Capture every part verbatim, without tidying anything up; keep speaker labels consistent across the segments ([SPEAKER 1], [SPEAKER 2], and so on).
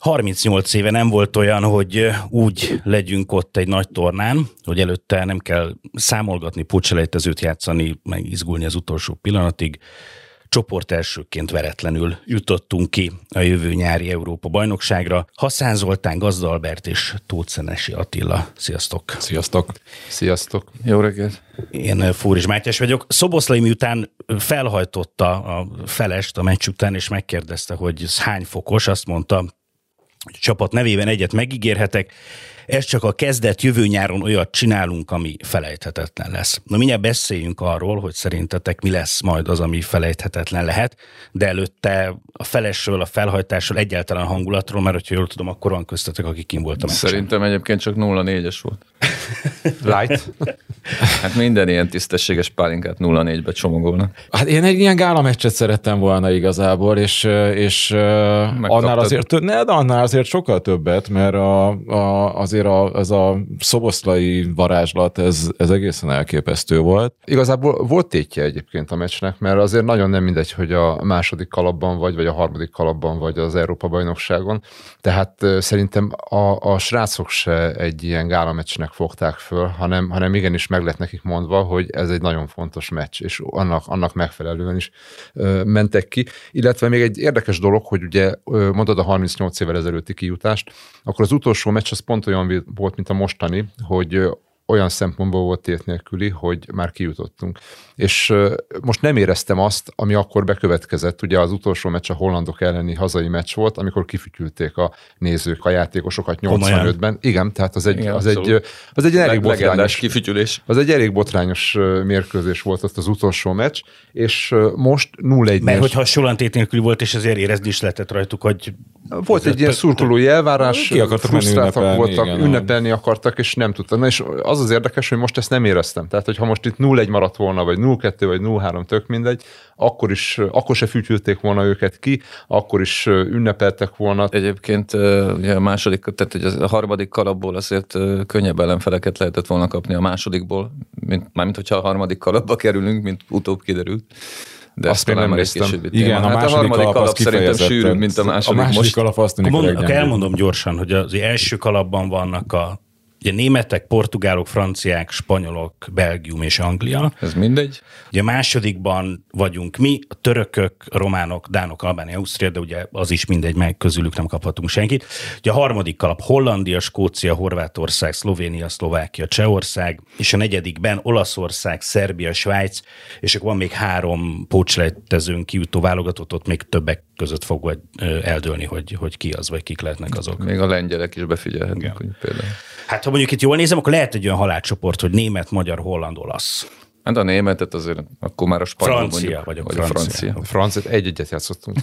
[SPEAKER 1] harmincnyolc éve nem volt olyan, hogy úgy legyünk ott egy nagy tornán, hogy előtte nem kell számolgatni, pótselejtezőt játszani, meg izgulni az utolsó pillanatig. Csoport elsőként veretlenül jutottunk ki a jövő nyári Európa-bajnokságra. Hasszán Zoltán, Gazda Albert és Tóth Szenesi Attila. Sziasztok!
[SPEAKER 2] Sziasztok!
[SPEAKER 3] Sziasztok!
[SPEAKER 2] Jó reggelt!
[SPEAKER 1] Én Fóris Mátyás vagyok. Szoboszlai miután felhajtotta a felest a meccs után, és megkérdezte, hogy ez hány fokos, azt mondta, hogy a csapat nevében egyet megígérhetek, ez csak a kezdet, jövő nyáron olyat csinálunk, ami felejthetetlen lesz. Na mindjárt beszéljünk arról, hogy szerintetek mi lesz majd az, ami felejthetetlen lehet, de előtte a felesről, a felhajtásról, egyáltalán hangulatról, mert hogyha jól tudom, akkor van köztetek, akik kim voltam.
[SPEAKER 2] Szerintem egyébként csak nulla négyes volt.
[SPEAKER 3] Light?
[SPEAKER 2] Hát minden ilyen tisztességes pálinkát nulla négybe csomagolnak.
[SPEAKER 3] Hát én egy ilyen gála meccset szerettem volna igazából, és, és annál azért, ne, de annál azért sokkal többet, mert a, a, azért a, ez a szoboszlai varázslat, ez, ez egészen elképesztő volt.
[SPEAKER 4] Igazából volt tétje egyébként a meccsnek, mert azért nagyon nem mindegy, hogy a második kalapban vagy, vagy a harmadik kalapban vagy az Európa-bajnokságon. Tehát uh, szerintem a, a srácok se egy ilyen gála meccsnek fogták föl, hanem, hanem igenis meg lett nekik mondva, hogy ez egy nagyon fontos meccs, és annak, annak megfelelően is uh, mentek ki. Illetve még egy érdekes dolog, hogy ugye uh, mondod a harmincnyolc évvel ezelőtti kijutást, akkor az utolsó meccs az pont olyan volt, mint a mostani, hogy olyan szempontból volt tét nélküli, hogy már kijutottunk. És most nem éreztem azt, ami akkor bekövetkezett. Ugye az utolsó meccs a hollandok elleni hazai meccs volt, amikor kifütyülték a nézők, a játékosokat nyolcvanötben. Igen, tehát az egy, Igen, az egy, az egy elég botrányos
[SPEAKER 2] kifütyülés.
[SPEAKER 4] Az egy elég botrányos mérkőzés volt ott az utolsó meccs, és most nulla egy.
[SPEAKER 1] Mert hogyha hasonlóan tét nélküli volt, és azért érezni is lehetett rajtuk, hogy...
[SPEAKER 4] Volt egy ilyen szurkolói elvárás, frusztráltak voltak,
[SPEAKER 3] igen,
[SPEAKER 4] ünnepelni akartak, és nem tudtam. Na és az az érdekes, hogy most ezt nem éreztem. Tehát, hogyha most itt nulla egy maradt volna, vagy nulla kettő, vagy nulla három, tök mindegy, akkor is, akkor se fütyülték volna őket ki, akkor is ünnepeltek volna.
[SPEAKER 2] Egyébként ugye a második, tehát ugye a harmadik kalapból azért könnyebb ellenfeleket lehetett volna kapni a másodikból, mint, mármint hogyha a harmadik kalapba kerülünk, mint utóbb kiderült. De
[SPEAKER 4] azt még nem néztem.
[SPEAKER 3] Igen,
[SPEAKER 2] hát
[SPEAKER 3] a második
[SPEAKER 2] a harmadik
[SPEAKER 3] kalap,
[SPEAKER 2] kalap szerintem sűrűbb, mint a második.
[SPEAKER 3] A második
[SPEAKER 2] most.
[SPEAKER 3] kalap azt tűnik
[SPEAKER 1] Mond, akkor elmondom gyorsan, hogy az első kalapban vannak a ugye németek, portugálok, franciák, spanyolok, Belgium és Anglia.
[SPEAKER 2] Ez mindegy.
[SPEAKER 1] Ugye a másodikban vagyunk mi, a törökök, a románok, dánok, Albánia, Ausztria, de ugye az is mindegy, meg közülük nem kaphatunk senkit. Ugye a harmadik kalap Hollandia, Skócia, Horvátország, Szlovénia, Szlovákia, Csehország, és a negyedikben Olaszország, Szerbia, Svájc, és akkor van még három pótselejtezőn kijutó válogatott, ott még többek között fog vagy eldőlni, hogy, hogy ki az, vagy kik lehetnek azok.
[SPEAKER 2] Még a lengyelek is befigyelhetnek, hogy például.
[SPEAKER 1] Hát ha mondjuk itt jól nézem, akkor lehet egy olyan halálcsoport, hogy német, magyar, holland, olasz.
[SPEAKER 2] Hát a németet azért, akkor már a spanyol
[SPEAKER 1] francia
[SPEAKER 2] mondjuk.
[SPEAKER 1] Vagyok,
[SPEAKER 2] vagy
[SPEAKER 1] francia.
[SPEAKER 2] a francia.
[SPEAKER 4] A franciát egy-egyet játszottunk.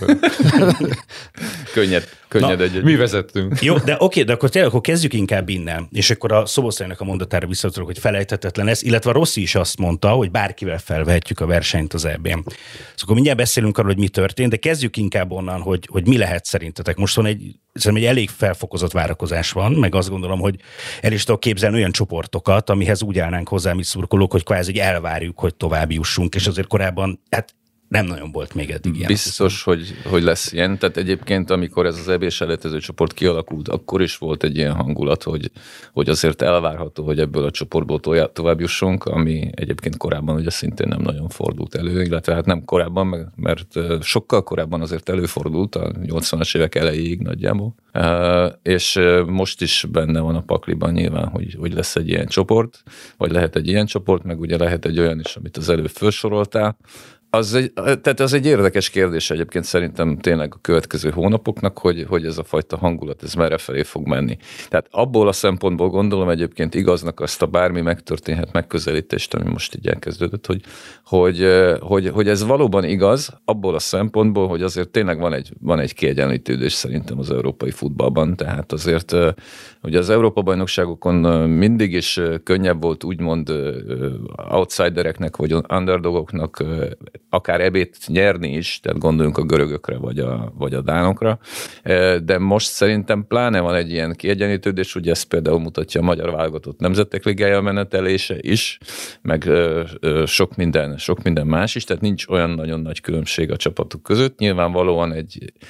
[SPEAKER 2] könnyed, könnyed
[SPEAKER 1] Na,
[SPEAKER 2] egy-egy.
[SPEAKER 4] Mi vezettünk.
[SPEAKER 1] Jó, de oké, de akkor tényleg akkor kezdjük inkább innen. És akkor a Szoboszlainak a mondatára visszatérek, hogy felejthetetlen ez, illetve a Rossi is azt mondta, hogy bárkivel felvehetjük a versenyt az é bén. Szóval akkor mindjárt beszélünk arról, hogy mi történt, de kezdjük inkább onnan, hogy, hogy mi lehet szerintetek. Most van egy, szerintem egy elég felfokozott várakozás van, meg azt gondolom, hogy el is tudok képzelni olyan csoportokat, amihez úgy állnánk hozzá, mi szurkolók, hogy kvázi elvárjuk, hogy tovább jussunk, és azért korábban, hát nem nagyon volt még eddig ilyen.
[SPEAKER 2] Biztos, hogy, hogy lesz ilyen. Tehát egyébként, amikor ez az é bés selejtező csoport kialakult, akkor is volt egy ilyen hangulat, hogy, hogy azért elvárható, hogy ebből a csoportból tovább jussunk, ami egyébként korábban ugye szintén nem nagyon fordult elő, illetve hát nem korábban, mert sokkal korábban azért előfordult, a nyolcvanas évek elejéig nagyjából. És most is benne van a pakliban nyilván, hogy, hogy lesz egy ilyen csoport, vagy lehet egy ilyen csoport, meg ugye lehet egy olyan is, amit az előbb felsoroltál. Az egy, tehát az egy érdekes kérdés egyébként szerintem tényleg a következő hónapoknak, hogy, hogy ez a fajta hangulat, ez merre felé fog menni. Tehát abból a szempontból gondolom egyébként igaznak azt a bármi megtörténhet megközelítést, ami most így elkezdődött, hogy, hogy, hogy, hogy ez valóban igaz, abból a szempontból, hogy azért tényleg van egy, van egy kiegyenlítődés szerintem az európai futballban, tehát azért ugye az Európa-bajnokságokon mindig is könnyebb volt úgymond outsidereknek, vagy underdogoknak akár ebét nyerni is, tehát gondoljunk a görögökre, vagy a, vagy a dánokra, de most szerintem pláne van egy ilyen kiegyenlítődés, ugye ezt például mutatja a magyar válogatott nemzetek ligája menetelése is, meg sok minden, sok minden más is, tehát nincs olyan nagyon nagy különbség a csapatok között. Nyilvánvalóan egy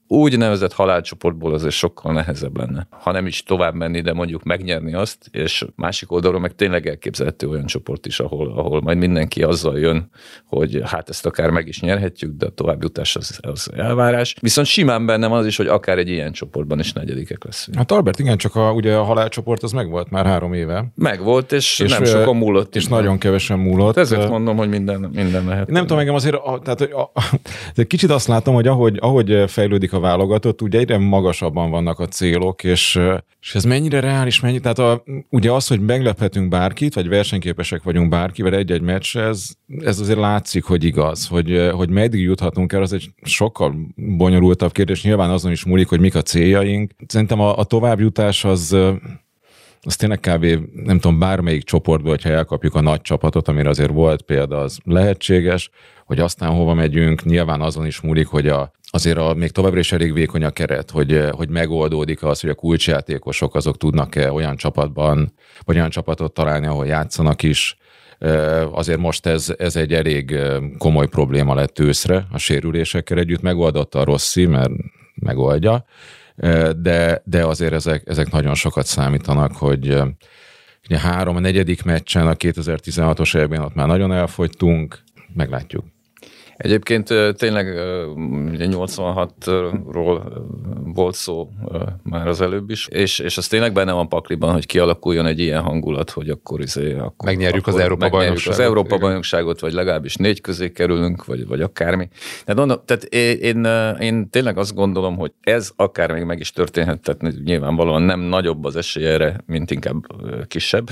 [SPEAKER 2] úgynevezett halálcsoportból azért sokkal nehezebb lenne. Ha nem is tovább menni, de mondjuk megnyerni azt, és másik oldalról meg tényleg elképzelhető olyan csoport is, ahol, ahol majd mindenki azzal jön, hogy hát ezt akár meg is nyerhetjük, de a továbbjutás az, az elvárás. Viszont simán bennem az is, hogy akár egy ilyen csoportban is negyedikek leszünk.
[SPEAKER 3] Hát Albert, igen, csak a, ugye a halálcsoport az megvolt már három éve.
[SPEAKER 2] Megvolt, és, és nem
[SPEAKER 3] és
[SPEAKER 2] sokan múlott.
[SPEAKER 3] És nagyon kevesen múlott.
[SPEAKER 2] Ezért mondom, hogy minden, minden lehet.
[SPEAKER 3] Nem tudom, engem azért, a, tehát, a, a, kicsit azt látom, hogy ahogy, ahogy fejlődik a válogatott, ugye egyre magasabban vannak a célok, és, és ez mennyire reális, mennyi, tehát a, ugye az, hogy meglephetünk bárkit, vagy versenyképesek vagyunk bárkivel egy-egy meccs, ez, ez azért látszik, hogy igaz, hogy, hogy meddig juthatunk el, az egy sokkal bonyolultabb kérdés, nyilván azon is múlik, hogy mik a céljaink. Szerintem a, a továbbjutás az az tényleg kb. Nem tudom, bármelyik csoportból, hogyha elkapjuk a nagy csapatot, amire azért volt példa, az lehetséges, hogy aztán hova megyünk, nyilván azon is múlik, hogy a, azért a, még továbbra is elég vékony a keret, hogy, hogy megoldódik az, hogy a kulcsjátékosok azok tudnak-e olyan csapatban, vagy olyan csapatot találni, ahol játszanak is. Azért most ez, ez egy elég komoly probléma lett őszre, a sérülésekkel együtt megoldotta a Rossi, mert megoldja, de, de azért ezek, ezek nagyon sokat számítanak, hogy ugye három, a negyedik meccsen a kétezer-tizenhatos évben ott már nagyon elfogytunk, meglátjuk.
[SPEAKER 2] Egyébként tényleg ugye nyolcvanhatról volt szó már az előbb is, és, és az tényleg benne van pakliban, hogy kialakuljon egy ilyen hangulat, hogy akkor, izé, akkor
[SPEAKER 4] megnyerjük
[SPEAKER 2] akkor
[SPEAKER 4] az Európa bajnokságot.
[SPEAKER 2] az Európa bajnokságot, vagy legalábbis négy közé kerülünk, vagy, vagy akármi. Tehát, mondom, tehát én, én tényleg azt gondolom, hogy ez akár még meg is történhet, tehát nyilvánvalóan nem nagyobb az esély erre, mint inkább kisebb,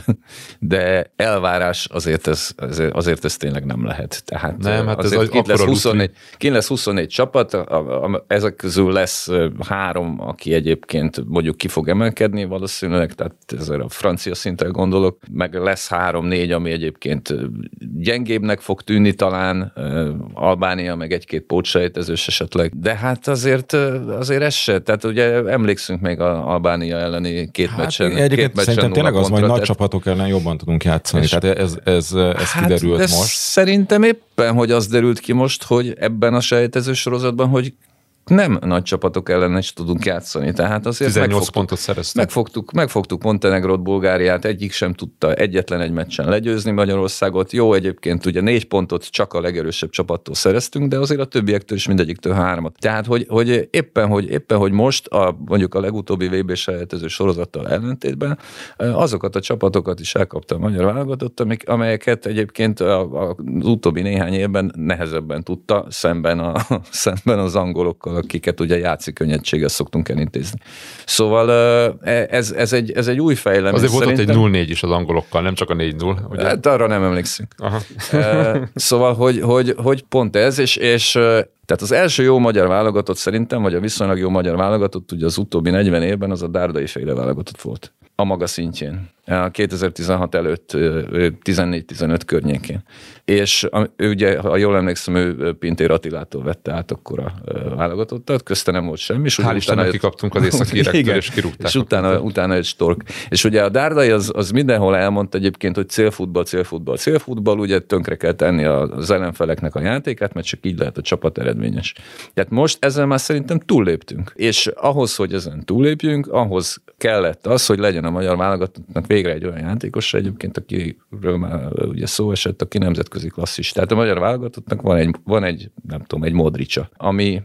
[SPEAKER 2] de elvárás azért ez, azért ez tényleg nem lehet. Tehát
[SPEAKER 4] nem, hát
[SPEAKER 2] azért
[SPEAKER 4] ez
[SPEAKER 2] kint lesz huszonnégy, kint lesz huszonnégy csapat, a, a, ezek közül lesz három, aki egyébként mondjuk ki fog emelkedni valószínűleg, tehát ezzel a francia szinten gondolok, meg lesz három-négy, ami egyébként gyengébbnek fog tűnni talán, Albánia, meg egy-két pótsejtezős esetleg, de hát azért, azért ez se, tehát ugye emlékszünk még az Albánia elleni két hát meccsen.
[SPEAKER 3] Egyébként
[SPEAKER 2] két
[SPEAKER 3] szerintem tényleg az, hogy nagy
[SPEAKER 2] tehát...
[SPEAKER 3] csapatok ellen jobban tudunk játszani, tehát ez, ez, ez
[SPEAKER 2] hát
[SPEAKER 3] kiderült most.
[SPEAKER 2] Szerintem éppen, hogy az derült ki most, hogy ebben a sejtező sorozatban, hogy nem nagy csapatok ellen is tudunk játszani. Tehát azért
[SPEAKER 4] tizennyolc
[SPEAKER 2] megfogtuk,
[SPEAKER 4] pontot szereztek.
[SPEAKER 2] Megfogtuk, megfogtuk Montenegrót, Bulgáriát, egyik sem tudta egyetlen egy meccsen legyőzni Magyarországot. Jó, egyébként ugye négy pontot csak a legerősebb csapattól szereztünk, de azért a többiektől is mindegyiktől hármat. Tehát, hogy, hogy, éppen, hogy éppen, hogy most a, mondjuk a legutóbbi vé bé selejtező sorozattal ellentétben azokat a csapatokat is elkapta a magyar válogatott, amelyeket egyébként az utóbbi néhány évben nehezebben tudta szemben, a, szemben az angolokkal, akiket ugye játszik könnyedséggel szoktunk elintézni. Szóval ez, ez, egy, ez egy új fejlemény.
[SPEAKER 4] Azért
[SPEAKER 2] szerintem.
[SPEAKER 4] volt ott egy null négy is az angolokkal, nem csak a négy null. Ugye?
[SPEAKER 2] Hát arra nem emlékszünk.
[SPEAKER 4] Aha.
[SPEAKER 2] Szóval, hogy, hogy, hogy pont ez, és, és tehát az első jó magyar válogatott szerintem, vagy a viszonylag jó magyar válogatott, ugye az utóbbi negyven évben az a Dárdai féle válogatott volt. A maga szintjén. kétezer-tizenhat előtt tizennégy-tizenöt környékén. És ő ugye, ha jól emlékszem, ő Pintér Attilától vette át akkor a válogatottat, közte nem volt semmi.
[SPEAKER 4] Hál' Istennek kikaptunk az északírektől, és kirúgták.
[SPEAKER 2] És utána, utána egy stork. És ugye a Dárdai az, az mindenhol elmondta egyébként, hogy célfutball, célfutball, célfutball, ugye tönkre kell tenni az ellenfeleknek a játékát, mert csak így lehet a csapat eredményes. Tehát most ezzel már szerintem túlléptünk. És ahhoz, hogy ezen túllépjünk, ahhoz kellett az, hogy legyen a magyar válogatottnak végre egy olyan játékos egyébként, akiről már ugye szó esett, aki nemzetközi klasszis. Tehát a magyar válogatottnak van egy, van egy nem tudom, egy Modricsa, ami,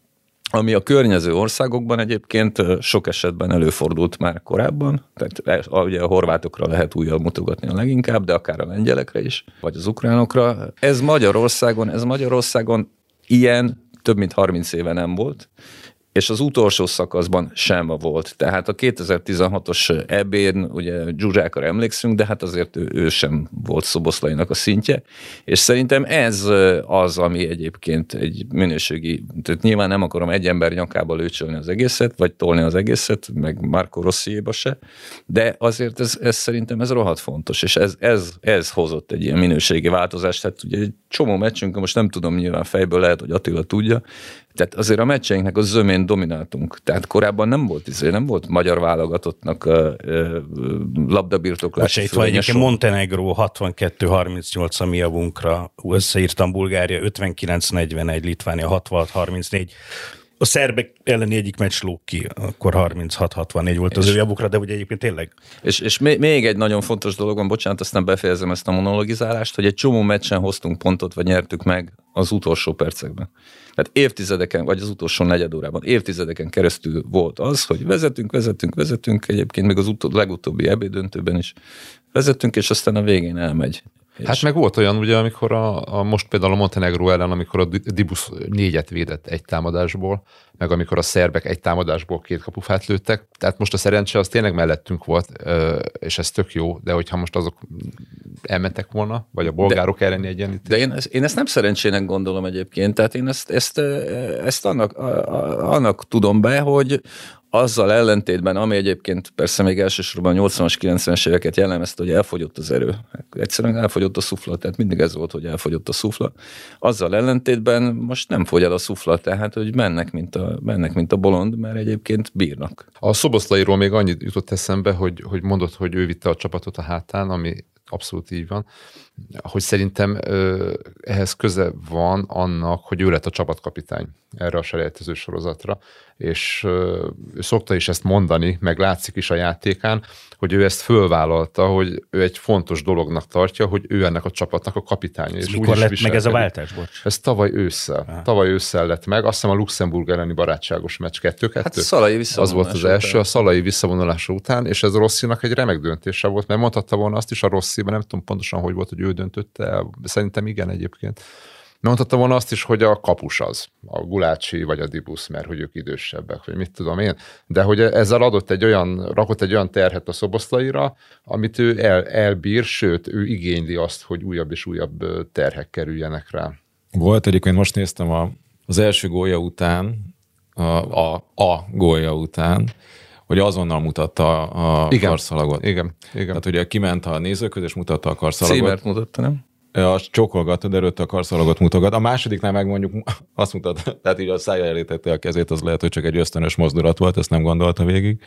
[SPEAKER 2] ami a környező országokban egyébként sok esetben előfordult már korábban. Tehát ugye a horvátokra lehet újjal mutogatni a leginkább, de akár a lengyelekre is, vagy az ukránokra. Ez Magyarországon, ez Magyarországon ilyen több mint harminc éve nem volt, és az utolsó szakaszban sem volt. Tehát a kétezer-tizenhatos é bén ugye Zsuzsákra emlékszünk, de hát azért ő, ő sem volt Szoboszlainak a szintje, és szerintem ez az, ami egyébként egy minőségi, tehát nyilván nem akarom egy ember nyakába lőcsölni az egészet, vagy tolni az egészet, meg Marco Rossiéba se, de azért ez, ez szerintem ez rohadt fontos, és ez, ez, ez hozott egy ilyen minőségi változást. Tehát ugye egy csomó meccsünk, most nem tudom, nyilván fejből lehet, hogy Attila tudja, tehát azért a meccseinknek a zömén domináltunk. Tehát korábban nem volt izé, nem volt magyar válogatottnak uh, uh, labdabirtoklási.
[SPEAKER 1] Itt van egyébként Montenegró hatvankettő harmincnyolc a mi javunkra, összeírtam Bulgária ötvenkilenc negyvenegy, Litvánia hatvanhat harmincnégy. A szerbek elleni egyik meccs lóg ki, akkor harminchat hatvannégy volt az ő javukra, de ugye egyébként tényleg.
[SPEAKER 2] És, és még egy nagyon fontos dolog van, bocsánat, aztán befejezem ezt a monologizálást, hogy egy csomó meccsen hoztunk pontot, vagy nyertük meg az utolsó percekben. Tehát évtizedeken, vagy az utolsó negyed órában, évtizedeken keresztül volt az, hogy vezetünk, vezetünk, vezetünk, egyébként még az utol, legutóbbi é bé döntőben is vezetünk, és aztán a végén elmegy.
[SPEAKER 4] Hát meg volt olyan, ugye, amikor a, a most például a Montenegro ellen, amikor a Dibusz négyet védett egy támadásból, meg amikor a szerbek egy támadásból két kapufát lőttek. Tehát most a szerencse az tényleg mellettünk volt, és ez tök jó, de hogyha most azok elmentek volna, vagy a bolgárok elleni egyenlítés.
[SPEAKER 2] De én, én ezt nem szerencsének gondolom egyébként, tehát én ezt, ezt, ezt annak, annak tudom be, hogy azzal ellentétben, ami egyébként persze még elsősorban a nyolcvanas, kilencvenes éveket jellemezte, hogy elfogyott az erő. Egyszerűen elfogyott a szufla, tehát mindig ez volt, hogy elfogyott a szufla. Azzal ellentétben most nem fogy el a szufla, tehát hogy mennek, mint a, mennek, mint a bolond, mert egyébként bírnak.
[SPEAKER 4] A Szoboszlairól még annyit jutott eszembe, hogy, hogy mondott, hogy ő vitte a csapatot a hátán, ami abszolút így van, hogy szerintem ö, ehhez köze van annak, hogy ő lett a csapatkapitány erre a selejtező sorozatra, és ö, ő szokta is ezt mondani, meg látszik is a játékán, hogy ő ezt fölvállalta, hogy ő egy fontos dolognak tartja, hogy ő ennek a csapatnak a kapitánya.
[SPEAKER 1] És mikor lett meg ez a váltás, bocs?
[SPEAKER 4] Ez tavaly ősszel. Aha. Tavaly ősszel lett meg, azt hiszem a Luxemburg elleni barátságos meccs kettő kettő.
[SPEAKER 2] Hát Szalai visszavonulása.
[SPEAKER 4] Az volt az első, a Szalai visszavonulása után, és ez a Rossinak egy remek döntése volt, mert mondhatta volna azt is a Rossiban, nem tudom pontosan, hogy volt, hogy ő döntötte el, szerintem igen egyébként. Mondhatta volna azt is, hogy a kapus az, a Gulácsi vagy a Dibusz, mert hogy ők idősebbek, vagy mit tudom én, de hogy ezzel adott egy olyan, rakott egy olyan terhet a Szoboszlaira, amit ő el, elbír, sőt, ő igényli azt, hogy újabb és újabb terhek kerüljenek rá.
[SPEAKER 3] Volt egyébként, most néztem a, az első gólja után, a, a, a gólja után, hogy azonnal mutatta a
[SPEAKER 4] igen,
[SPEAKER 3] karszalagot.
[SPEAKER 4] Igen, igen.
[SPEAKER 3] Tehát ugye kiment a nézőköz, és mutatta a karszalagot.
[SPEAKER 2] Címert mutatta, nem?
[SPEAKER 3] Azt csókolgatta, de előtte a karszalagot mutogat. A másodiknál meg mondjuk azt mutatta, tehát így a szája elé tette a kezét, az lehet, hogy csak egy ösztönös mozdulat volt, ezt nem gondolta végig.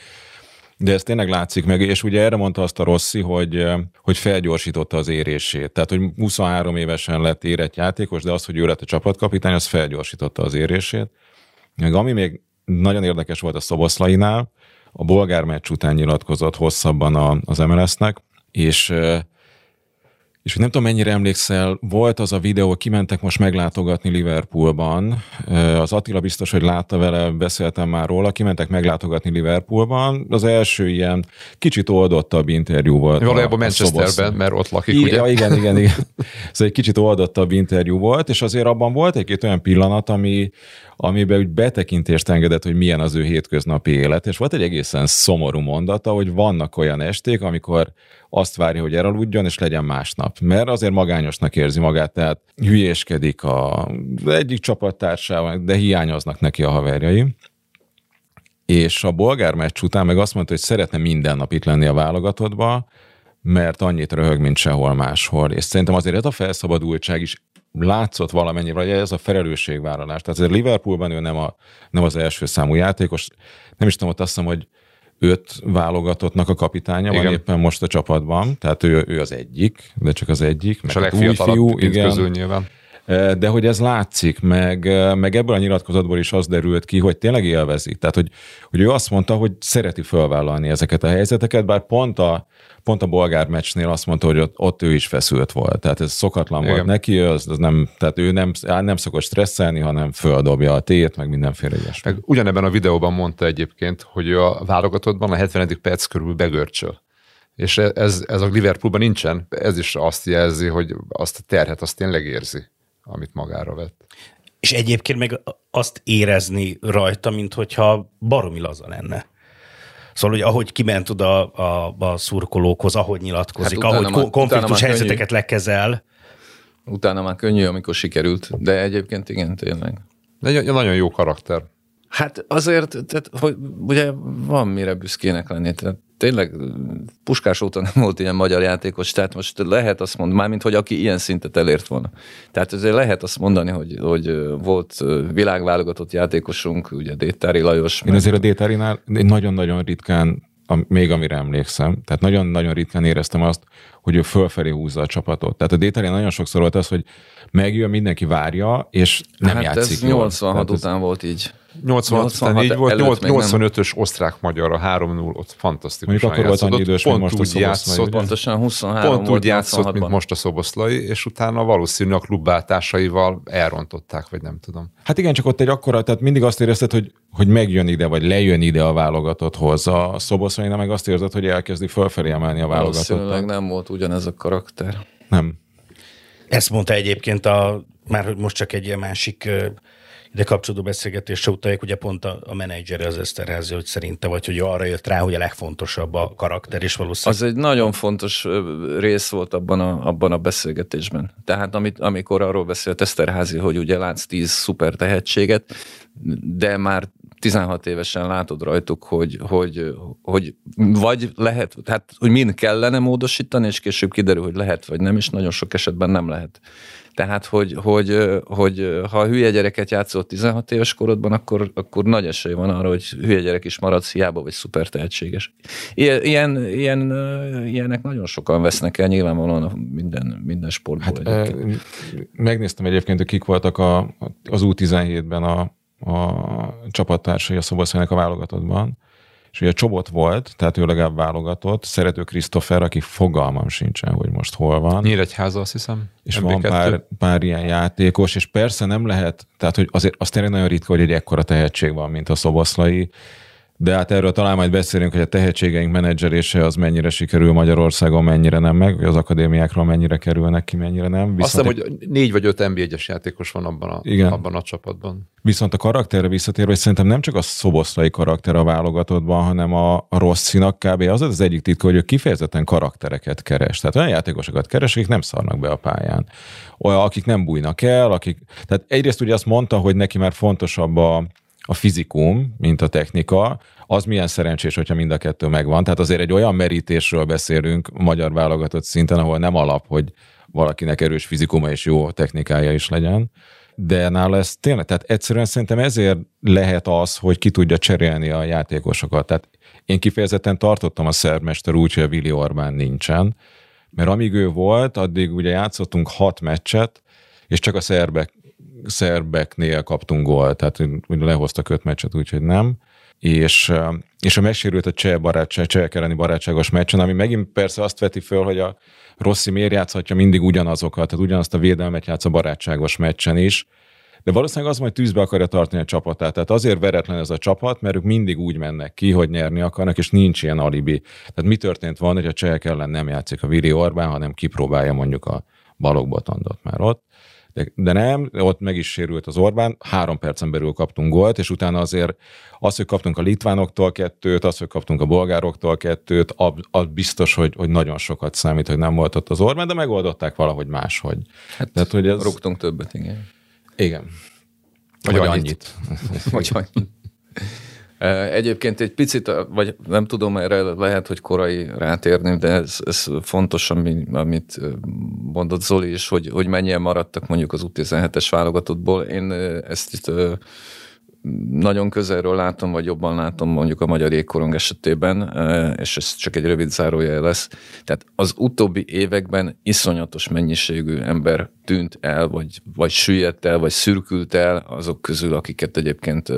[SPEAKER 3] De ez tényleg látszik meg, és ugye erre mondta azt a Rossi, hogy, hogy felgyorsította az érését. Tehát, hogy huszonhárom évesen lett érett játékos, de az, hogy ő lett a csapatkapitány, az felgyorsította az érését. Meg ami még nagyon érdekes volt a Szoboszlainál, a bolgár meccs után nyilatkozott hosszabban az em el es-nek, és És nem tudom, mennyire emlékszel, volt az a videó, kimentek most meglátogatni Liverpoolban. Az Attila biztos, hogy látta vele, beszéltem már róla, kimentek meglátogatni Liverpoolban. Az első ilyen kicsit oldottabb interjú volt.
[SPEAKER 4] Valójában Manchesterben, mert ott lakik, I- ugye?
[SPEAKER 3] Ja, igen, igen, igen. Szóval egy kicsit oldottabb interjú volt, és azért abban volt egy-két olyan pillanat, ami, amiben úgy betekintést engedett, hogy milyen az ő hétköznapi élet, és volt egy egészen szomorú mondata, hogy vannak olyan esték, amikor azt várja, hogy elaludjon, és legyen másnap. Mert azért magányosnak érzi magát, tehát hülyéskedik a egyik csapattársával, de hiányoznak neki a haverjai. És a bolgár meccs után meg azt mondta, hogy szeretne minden nap itt lenni a válogatottba, mert annyit röhög, mint sehol máshol. És szerintem azért ez a felszabadultság is látszott valamennyire, vagy ez a felelősségvállalás. Tehát azért Liverpoolban ő nem, a, nem az első számú játékos. Nem is tudom, ott azt hiszem, hogy öt válogatottnak a kapitánya igen. van éppen most a csapatban, tehát ő, ő az egyik, de csak az egyik.
[SPEAKER 4] És a legfiatalabb közül nyilván.
[SPEAKER 3] De hogy ez látszik, meg, meg ebből a nyilatkozatból is az derült ki, hogy tényleg élvezi. Tehát, hogy, hogy ő azt mondta, hogy szereti felvállalni ezeket a helyzeteket, bár pont a, pont a bolgár meccsnél azt mondta, hogy ott, ott ő is feszült volt. Tehát ez szokatlan igen. volt neki, az, az nem, tehát ő nem, nem szokott stresszelni, hanem földobja a tét, meg mindenféle ilyesmi.
[SPEAKER 4] Meg ugyanebben a videóban mondta egyébként, hogy ő a válogatottban a hetvenedik perc körül begörcsöl. És ez, ez a Liverpoolban nincsen. Ez is azt jelzi, hogy azt a terhet azt tényleg érzi, amit magára vett.
[SPEAKER 1] És egyébként meg azt érezni rajta, mint hogyha baromi laza lenne. Szóval, hogy ahogy kiment oda a, a szurkolókhoz, ahogy nyilatkozik, hát ahogy már, konfliktus helyzeteket könnyű. lekezel.
[SPEAKER 2] Utána már könnyű, amikor sikerült, de egyébként igen, tényleg.
[SPEAKER 4] De nagyon jó karakter.
[SPEAKER 2] Hát azért, tehát, hogy ugye van mire büszkének lenni, tehát tényleg Puskás óta nem volt ilyen magyar játékos, tehát most lehet azt mondani, mármint, hogy aki ilyen szintet elért volna. Tehát azért lehet azt mondani, hogy, hogy volt világválogatott játékosunk, ugye Détári Lajos.
[SPEAKER 3] Én meg... azért a Détárinál nagyon-nagyon ritkán, még amire emlékszem, tehát nagyon-nagyon ritkán éreztem azt, hogy hogy ő fölfelé húzza a csapatot. Tehát a Détali nagyon sokszor volt az, hogy megjön, mindenki várja, és nem
[SPEAKER 2] hát
[SPEAKER 3] játszik.
[SPEAKER 2] Ez nyolcvanhat után ez... volt így.
[SPEAKER 4] nyolcvanhat után így volt, nyolcvanötös osztrák-magyar a három null, ott fantasztikusan
[SPEAKER 3] akkor játszott. Volt annyi idős,
[SPEAKER 4] pont
[SPEAKER 3] most
[SPEAKER 4] úgy
[SPEAKER 3] a
[SPEAKER 4] játszott,
[SPEAKER 2] pontosan huszonhárom
[SPEAKER 4] pont úgy játszott, mint most a Szoboszlai, és utána valószínűleg a klubváltásaival elrontották, vagy nem tudom.
[SPEAKER 3] Hát igen, csak ott egy akkora, tehát mindig azt érezted, hogy, hogy megjön ide, vagy lejön ide a válogatotthoz. A Szoboszlainál meg azt érzed, hogy elkezdi fölfelé emelni a válogatottat.
[SPEAKER 2] Valószínűleg nem volt ugyanez a karakter.
[SPEAKER 3] Nem.
[SPEAKER 1] Ezt mondta egyébként a, már hogy most csak egy ilyen másik ide kapcsolódó beszélgetésre utalják, ugye pont a, a menedzser az Eszterházy, hogy szerinte, vagy hogy arra jött rá, hogy a legfontosabb a karakter, és valószínűleg...
[SPEAKER 2] Az egy nagyon fontos rész volt abban a, abban a beszélgetésben. Tehát amit, amikor arról beszélt Eszterházy, hogy ugye látsz tíz szuper tehetséget, de már tizenhat évesen látod rajtuk, hogy, hogy, hogy vagy lehet, hát hogy mind kellene módosítani, és később kiderül, hogy lehet, vagy nem, és nagyon sok esetben nem lehet. Tehát, hogy, hogy, hogy ha hülye gyereket játszol tizenhat éves korodban, akkor, akkor nagy esély van arra, hogy hülye gyerek is maradsz, hiába vagy szuper tehetséges. Ilyen, ilyen, ilyenek nagyon sokan vesznek el, nyilvánvalóan minden, minden sportból.
[SPEAKER 3] Hát, e, megnéztem egyébként, hogy kik voltak a, az U tizenhétben a, a csapattársai a Szoboszlainak a válogatottban, és ugye Csobot volt, tehát ő legalább válogatott, Szerető Krisztófer, aki fogalmam sincsen, hogy most hol van.
[SPEAKER 4] Nyíregyháza, azt hiszem.
[SPEAKER 3] És van pár, pár ilyen játékos, és persze nem lehet, tehát hogy azért az tényleg nagyon ritka, hogy egy ekkora tehetség van, mint a Szoboszlai, de hát erről talán majd beszélünk, hogy a tehetségeink menedzselése az mennyire sikerül Magyarországon, mennyire nem meg, az akadémiákról mennyire kerülnek ki, mennyire nem.
[SPEAKER 4] Viszont azt hiszem, egy... hogy négy vagy öt en bé egyes játékos van abban a, abban a csapatban.
[SPEAKER 3] Viszont a karakterre visszatérve, hogy szerintem nem csak a Szoboszlai karakter a válogatottban, hanem a, a Rosszinak kb. Az az egyik titka, hogy ő kifejezetten karaktereket keres. Tehát olyan játékosokat keres, akik nem szarnak be a pályán. Olyan, akik nem bújnak el, akik... Tehát egyrészt ugye azt mondta, hogy neki már fontosabb a a fizikum, mint a technika, az milyen szerencsés, hogyha mind a kettő megvan. Tehát azért egy olyan merítésről beszélünk a magyar válogatott szinten, ahol nem alap, hogy valakinek erős fizikuma és jó technikája is legyen. De nála ez tényleg, tehát egyszerűen szerintem ezért lehet az, hogy ki tudja cserélni a játékosokat. Tehát én kifejezetten tartottam a szerbmester úgy, hogy a Vili Orbán nincsen, mert amíg ő volt, addig ugye játszottunk hat meccset, és csak a szerbek szerbeknél kaptunk gólt, tehát úgy lehoztak öt meccset, úgyhogy nem. És, és a megsérült a cseh barátság, csehek elleni barátságos meccsen, ami megint persze azt veti föl, hogy a Rossi miért játszhatja mindig ugyanazokat, tehát ugyanazt a védelmet játsz a barátságos meccsen is, de valószínűleg az majd tűzbe akarja tartani a csapatát. Tehát azért veretlen ez a csapat, mert ők mindig úgy mennek ki, hogy nyerni akarnak, és nincs ilyen alibi. Tehát mi történt volna, hogy a csehek ellen nem játszik a Vili Orbán, hanem kipróbálja mondjuk a Balogh Botondot már ott. De, de nem, ott meg is sérült az Orbán, három percen belül kaptunk gólt, és utána azért az, hogy kaptunk a litvánoktól kettőt, az, hogy kaptunk a bolgároktól kettőt, az biztos, hogy, hogy nagyon sokat számít, hogy nem volt ott az Orbán, de megoldották valahogy máshogy.
[SPEAKER 2] Hát
[SPEAKER 3] tehát, hogy ez...
[SPEAKER 2] rúgtunk többet, igen.
[SPEAKER 3] Igen.
[SPEAKER 4] Vagy, vagy annyit. annyit.
[SPEAKER 2] Vagy annyit. Egyébként egy picit, vagy nem tudom, erre lehet, hogy korai rátérni, de ez, ez fontos, amit mondott Zoli is, hogy, hogy mennyien maradtak mondjuk az U tizenhetes válogatottból. Én ezt itt nagyon közelről látom, vagy jobban látom mondjuk a magyar jégkorong esetében, és ez csak egy rövid zárójel lesz. Tehát az utóbbi években iszonyatos mennyiségű ember tűnt el, vagy, vagy süllyedt el, vagy szürkült el azok közül, akiket egyébként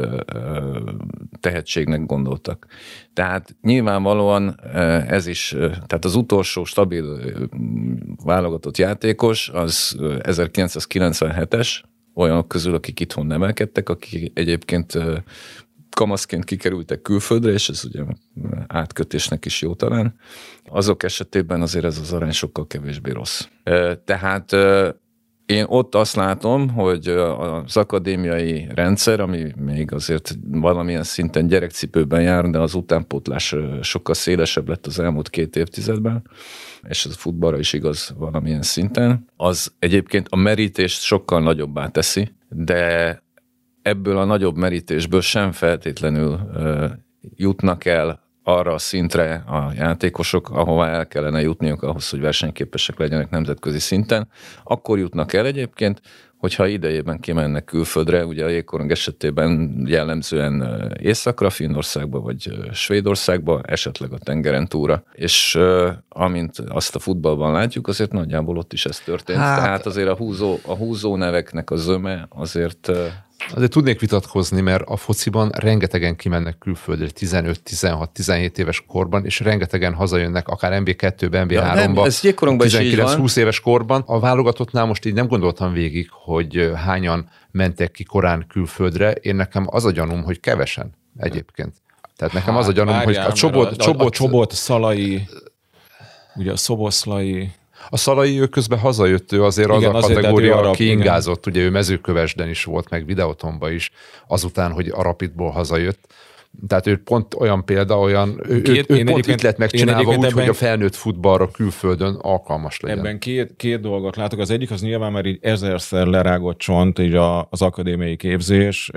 [SPEAKER 2] tehetségnek gondoltak. Tehát nyilvánvalóan ez is, tehát az utolsó stabil válogatott játékos az ezerkilencszázkilencvenhetes, olyanok közül, akik itthon nemelkedtek, akik egyébként kamaszként kikerültek külföldre, és ez ugye átkötésnek is jó talán. Azok esetében azért ez az arány sokkal kevésbé rossz. Tehát én ott azt látom, hogy az akadémiai rendszer, ami még azért valamilyen szinten gyerekcipőben jár, de az utánpótlás sokkal szélesebb lett az elmúlt két évtizedben, és ez a futballra is igaz valamilyen szinten, az egyébként a merítést sokkal nagyobbá teszi, de ebből a nagyobb merítésből sem feltétlenül jutnak el arra a szintre a játékosok, ahová el kellene jutniuk ahhoz, hogy versenyképesek legyenek nemzetközi szinten. Akkor jutnak el egyébként, hogyha idejében kimennek külföldre, ugye a jégkorong esetében jellemzően Északra, Finnországba vagy Svédországba, esetleg a tengeren túra. És uh, amint azt a futballban látjuk, azért nagyjából ott is ez történt. Hát, Tehát azért a húzó, a húzó neveknek a zöme azért... Uh,
[SPEAKER 4] Azért tudnék vitatkozni, mert a fociban rengetegen kimennek külföldre tizenöt, tizenhat, tizenhét éves korban, és rengetegen hazajönnek akár en bé kettőben, en bé háromban,
[SPEAKER 2] ja,
[SPEAKER 4] tizenkilenc húsz éves korban. A válogatottnál most így nem gondoltam végig, hogy hányan mentek ki korán külföldre. Én nekem az a gyanúm, hogy kevesen egyébként. Tehát nekem hát, az a gyanúm, várjál, hogy a Csobot,
[SPEAKER 3] a,
[SPEAKER 4] Csobot,
[SPEAKER 3] a Csobot, Szalai, ugye a Szoboszlai...
[SPEAKER 4] A Szalai ő közben hazajött, ő azért igen, az a kategória, arab, aki ingázott, ugye ő Mezőkövesden is volt, meg Videótonban is, azután, hogy a Rapidból hazajött. Tehát ő pont olyan példa, olyan, ő, két, ő, ő pont itt lett megcsinálva úgy, hogy a felnőtt futballra külföldön alkalmas legyen.
[SPEAKER 3] Ebben két, két dolgot látok. Az egyik az nyilván, mert így ezerszer lerágott csont így a, az akadémiai képzés,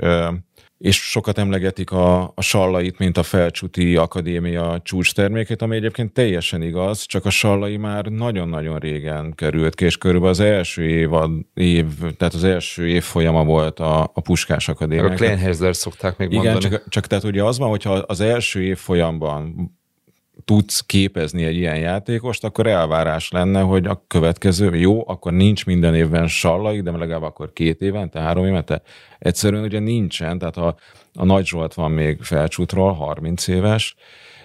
[SPEAKER 3] és sokat emlegetik a, a Sallait, mint a Felcsúti Akadémia csúcstermékét, ami egyébként teljesen igaz, csak a Sallai már nagyon-nagyon régen került ki, és körülbelül az első évad, év, tehát az első év folyama volt a, a Puskás Akadémia.
[SPEAKER 4] A Kleinheiser szokták még
[SPEAKER 3] igen,
[SPEAKER 4] mondani.
[SPEAKER 3] Csak, csak tehát ugye az van, hogyha az első év folyamban tudsz képezni egy ilyen játékost, akkor elvárás lenne, hogy a következő, jó, akkor nincs minden évben Sallai, de legalább akkor két évente, három évente. Egyszerűen ugye nincsen, tehát a, a Nagy Zsolt van még Felcsútról, harminc éves,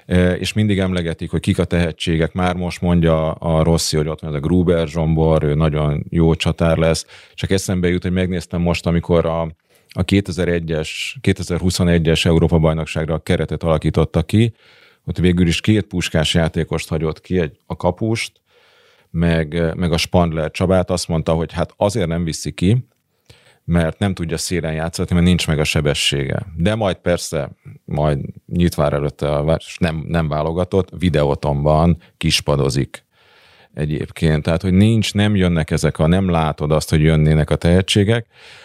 [SPEAKER 3] és mindig emlegetik, hogy kik a tehetségek. Már most mondja a Rossi, hogy ott van a Gruber Zsombor, ő nagyon jó csatár lesz. Csak eszembe jut, hogy megnéztem most, amikor a, a kétezer-egyes, kétezer-huszonegyes Európa-bajnokságra a keretet alakította ki, ott végül is két Puskás játékost hagyott ki, egy, a kapust, meg, meg a Spandler Csabát. Azt mondta, hogy hát azért nem viszi ki, mert nem tudja szélen játszani, mert nincs meg a sebessége. De majd persze, majd nyitvár előtte a, nem, nem válogatott, Videótonban kispadozik egyébként. Tehát, hogy nincs, nem jönnek ezek a, nem látod azt, hogy jönnének a tehetségek.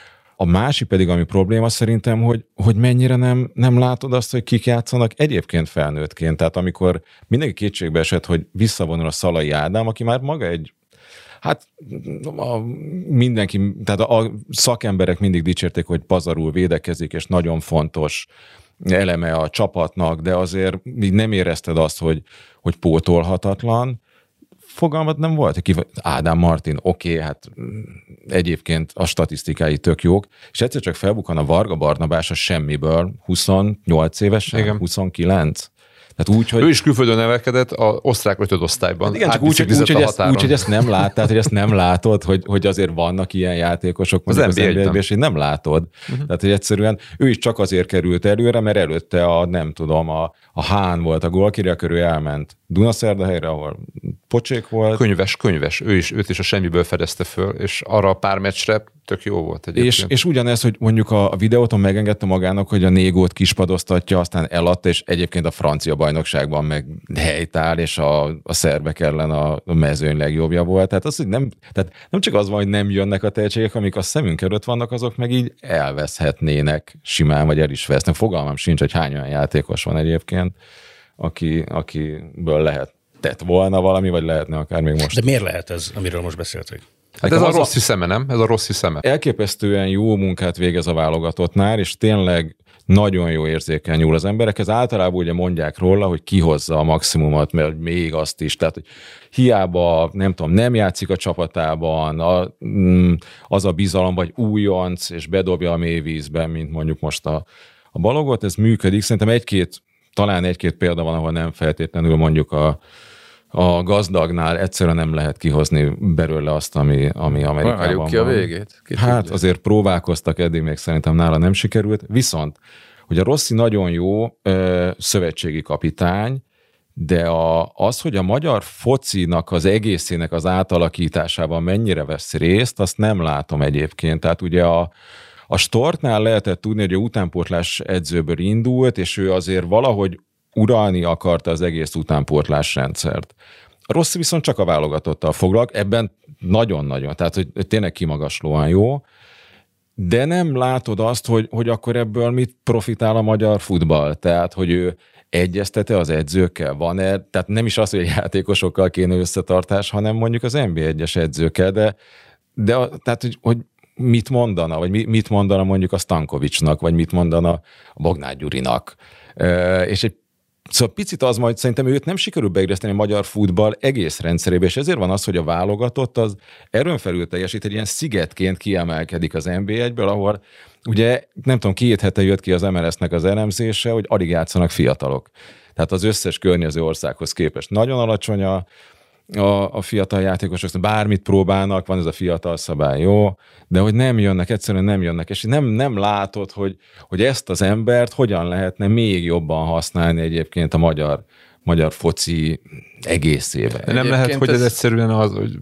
[SPEAKER 3] A másik pedig, ami probléma szerintem, hogy, hogy mennyire nem, nem látod azt, hogy kik játszanak egyébként felnőttként. Tehát amikor mindenki kétségbe esett, hogy visszavonul a Szalai Ádám, aki már maga egy, hát a, mindenki, tehát a, a szakemberek mindig dicsérték, hogy pazarul védekezik, és nagyon fontos eleme a csapatnak, de azért így nem érezted azt, hogy, hogy pótolhatatlan. Fogalmat nem volt, ki Ádám Martin, oké, okay, hát egyébként a statisztikái tök jók, és egyszer csak felbukkan a Varga Barnabás a semmiből, huszonnyolc évesen, igen. huszonkilenc. Tehát úgy, hogy...
[SPEAKER 4] Ő is külföldön nevelkedett az osztrák ötödosztályban.
[SPEAKER 3] Hát igen, csak úgy, úgy, hogy ezt, úgy, hogy ezt nem lát, tehát hogy ezt nem látod, hogy, hogy azért vannak ilyen játékosok, az, az en bé egyben, és így nem látod. Uh-huh. Tehát, hogy egyszerűen ő is csak azért került előre, mert előtte a, nem tudom, a, a Hán volt a gólkirja, akkor ő elment Dunaszerdahelyre, ahol pocsék volt.
[SPEAKER 4] Könyves, könyves. Ő is, őt is a semmiből fedezte föl, és arra a pár meccsre tök jó volt egyébként.
[SPEAKER 3] És, és ugyanez, hogy mondjuk a, a videóton megengedte magának, hogy a Négót kispadoztatja, aztán eladta, és egyébként a francia bajnokságban meg helytáll, és a, a szerbek ellen a, a mezőny legjobbja volt. Tehát, az, hogy nem, tehát nem csak az van, hogy nem jönnek a tehetségek, amik a szemünk előtt vannak, azok meg így elveszhetnének simán, vagy el is vesznek. Fogalmam sincs, hogy hány olyan játékos van egyébként, aki, akiből lehet tett volna valami, vagy lehetne akár még most.
[SPEAKER 1] De miért lehet ez, amiről most beszéltük?
[SPEAKER 4] Hát ez a rossz szeme, nem? Ez a rossz szeme.
[SPEAKER 3] Elképesztően jó munkát végez a válogatottnál, és tényleg nagyon jó érzéken nyúl az emberekhez. Általában ugye mondják róla, hogy kihozza a maximumot, mert még azt is. Tehát, hogy hiába, nem tudom, nem játszik a csapatában, a, az a bizalom, vagy újonc, és bedobja a mélyvízben, mint mondjuk most a, a Balogot, ez működik. Szerintem egy-két, talán egy-két példa van, ahol nem feltétlenül mondjuk a A gazdagnál egyszerűen nem lehet kihozni belőle azt, ami, ami Amerikában
[SPEAKER 2] Várjuk ki
[SPEAKER 3] van.
[SPEAKER 2] a végét. Ki
[SPEAKER 3] hát
[SPEAKER 2] tudja.
[SPEAKER 3] Azért próbálkoztak, eddig még szerintem nála nem sikerült. Viszont, hogy a Rossi nagyon jó ö, szövetségi kapitány, de a, az, hogy a magyar focinak az egészének az átalakításában mennyire vesz részt, azt nem látom egyébként. Tehát ugye a A Stortnál lehetett tudni, hogy a utánpótlás edzőből indult, és ő azért valahogy uralni akarta az egész utánpótlás rendszert. A Rossi viszont csak a válogatottal foglalkozik, ebben nagyon-nagyon, tehát hogy tényleg kimagaslóan jó, de nem látod azt, hogy, hogy akkor ebből mit profitál a magyar futball. Tehát, hogy ő egyeztete az edzőkkel? Van-e? Tehát nem is az, hogy játékosokkal kéne összetartás, hanem mondjuk az en bé egyes edzőkkel, de, de a, tehát, hogy, hogy mit mondana, vagy mit mondana mondjuk a Stankovicsnak, vagy mit mondana a Bognár Gyurinak. E, és egy Szóval picit az majd szerintem őt nem sikerül beilleszteni a magyar futball egész rendszerébe, és ezért van az, hogy a válogatott az erőn felül teljesít, egy ilyen szigetként kiemelkedik az en bé egyből, ahol ugye nem tudom, két hete jött ki az em el es-nek az elemzése, hogy alig játszanak fiatalok. Tehát az összes környező országhoz képest nagyon alacsony a, a, a fiatal játékosok, bármit próbálnak, van ez a fiatal szabály, jó, de hogy nem jönnek, egyszerűen nem jönnek, és nem, nem látod, hogy, hogy ezt az embert hogyan lehetne még jobban használni egyébként a magyar, magyar foci egészébe.
[SPEAKER 4] Nem egyébként lehet, hogy ez, ez egyszerűen az, hogy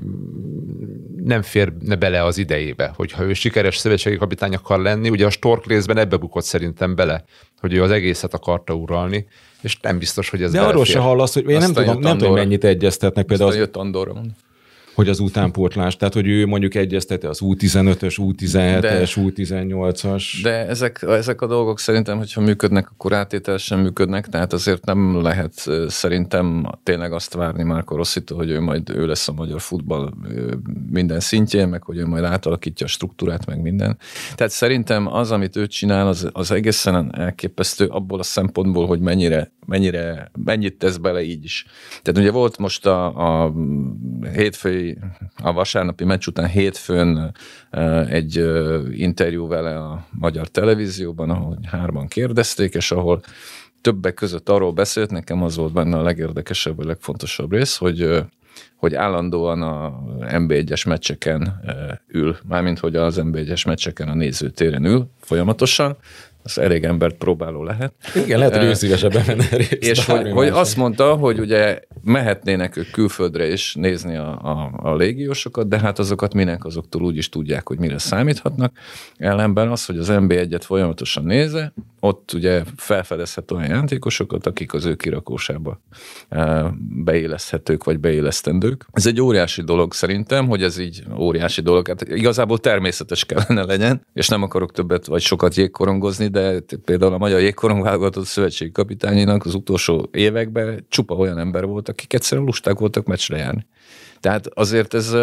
[SPEAKER 4] nem férne bele az idejébe, hogyha ő sikeres szövetségi kapitány akar lenni, ugye a Stork részben ebbe bukott szerintem bele, hogy ő az egészet akarta uralni, és nem biztos, hogy ez
[SPEAKER 3] de arról se hallasz, hogy én nem tudom, nem tudom, mennyit egyeztetnek például.
[SPEAKER 2] Aztán jött Andorra.
[SPEAKER 3] Hogy az utánpótlás, tehát hogy ő mondjuk egyezteti az U tizenötös, U tizenhetes, U tizennyolcas.
[SPEAKER 2] De ezek, ezek a dolgok szerintem, hogyha működnek, akkor átételesen működnek, tehát azért nem lehet szerintem tényleg azt várni Marco Rossitól, hogy ő majd ő lesz a magyar futball minden szintjén, meg hogy ő majd átalakítja a struktúrát, meg minden. Tehát szerintem az, amit ő csinál, az, az egészen elképesztő abból a szempontból, hogy mennyire, mennyire, mennyit tesz bele így is. Tehát ugye volt most a, a hétfői a vasárnapi meccs után hétfőn egy interjú vele a magyar televízióban, ahol hárman kérdezték, és ahol többek között arról beszélt, nekem az volt benne a legérdekesebb, a legfontosabb rész, hogy, hogy állandóan a en bé egyes meccseken ül, mármint hogy az en bé egyes meccseken a nézőtéren ül folyamatosan, az elég embert próbáló lehet.
[SPEAKER 3] Igen, lehet, hogy ő szívesebben menne részt.
[SPEAKER 2] És hogy, hogy azt mondta, hogy ugye mehetnének ők külföldre is nézni a, a, a légiósokat, de hát azokat minek azoktól úgy is tudják, hogy mire számíthatnak. Ellenben az, hogy az en bé egyet folyamatosan nézze, ott ugye felfedezhet olyan játékosokat, akik az ő kirakósába beilleszthetők, vagy beillesztendők. Ez egy óriási dolog szerintem, hogy ez így óriási dolog. Hát igazából természetes kellene legyen, és nem akarok többet vagy sokat jégkorongozni, de például a magyar jégkorong válogatott szövetségi kapitányának az utolsó években csupa olyan ember volt, akik egyszerűen lusták voltak meccsre járni. Tehát azért ez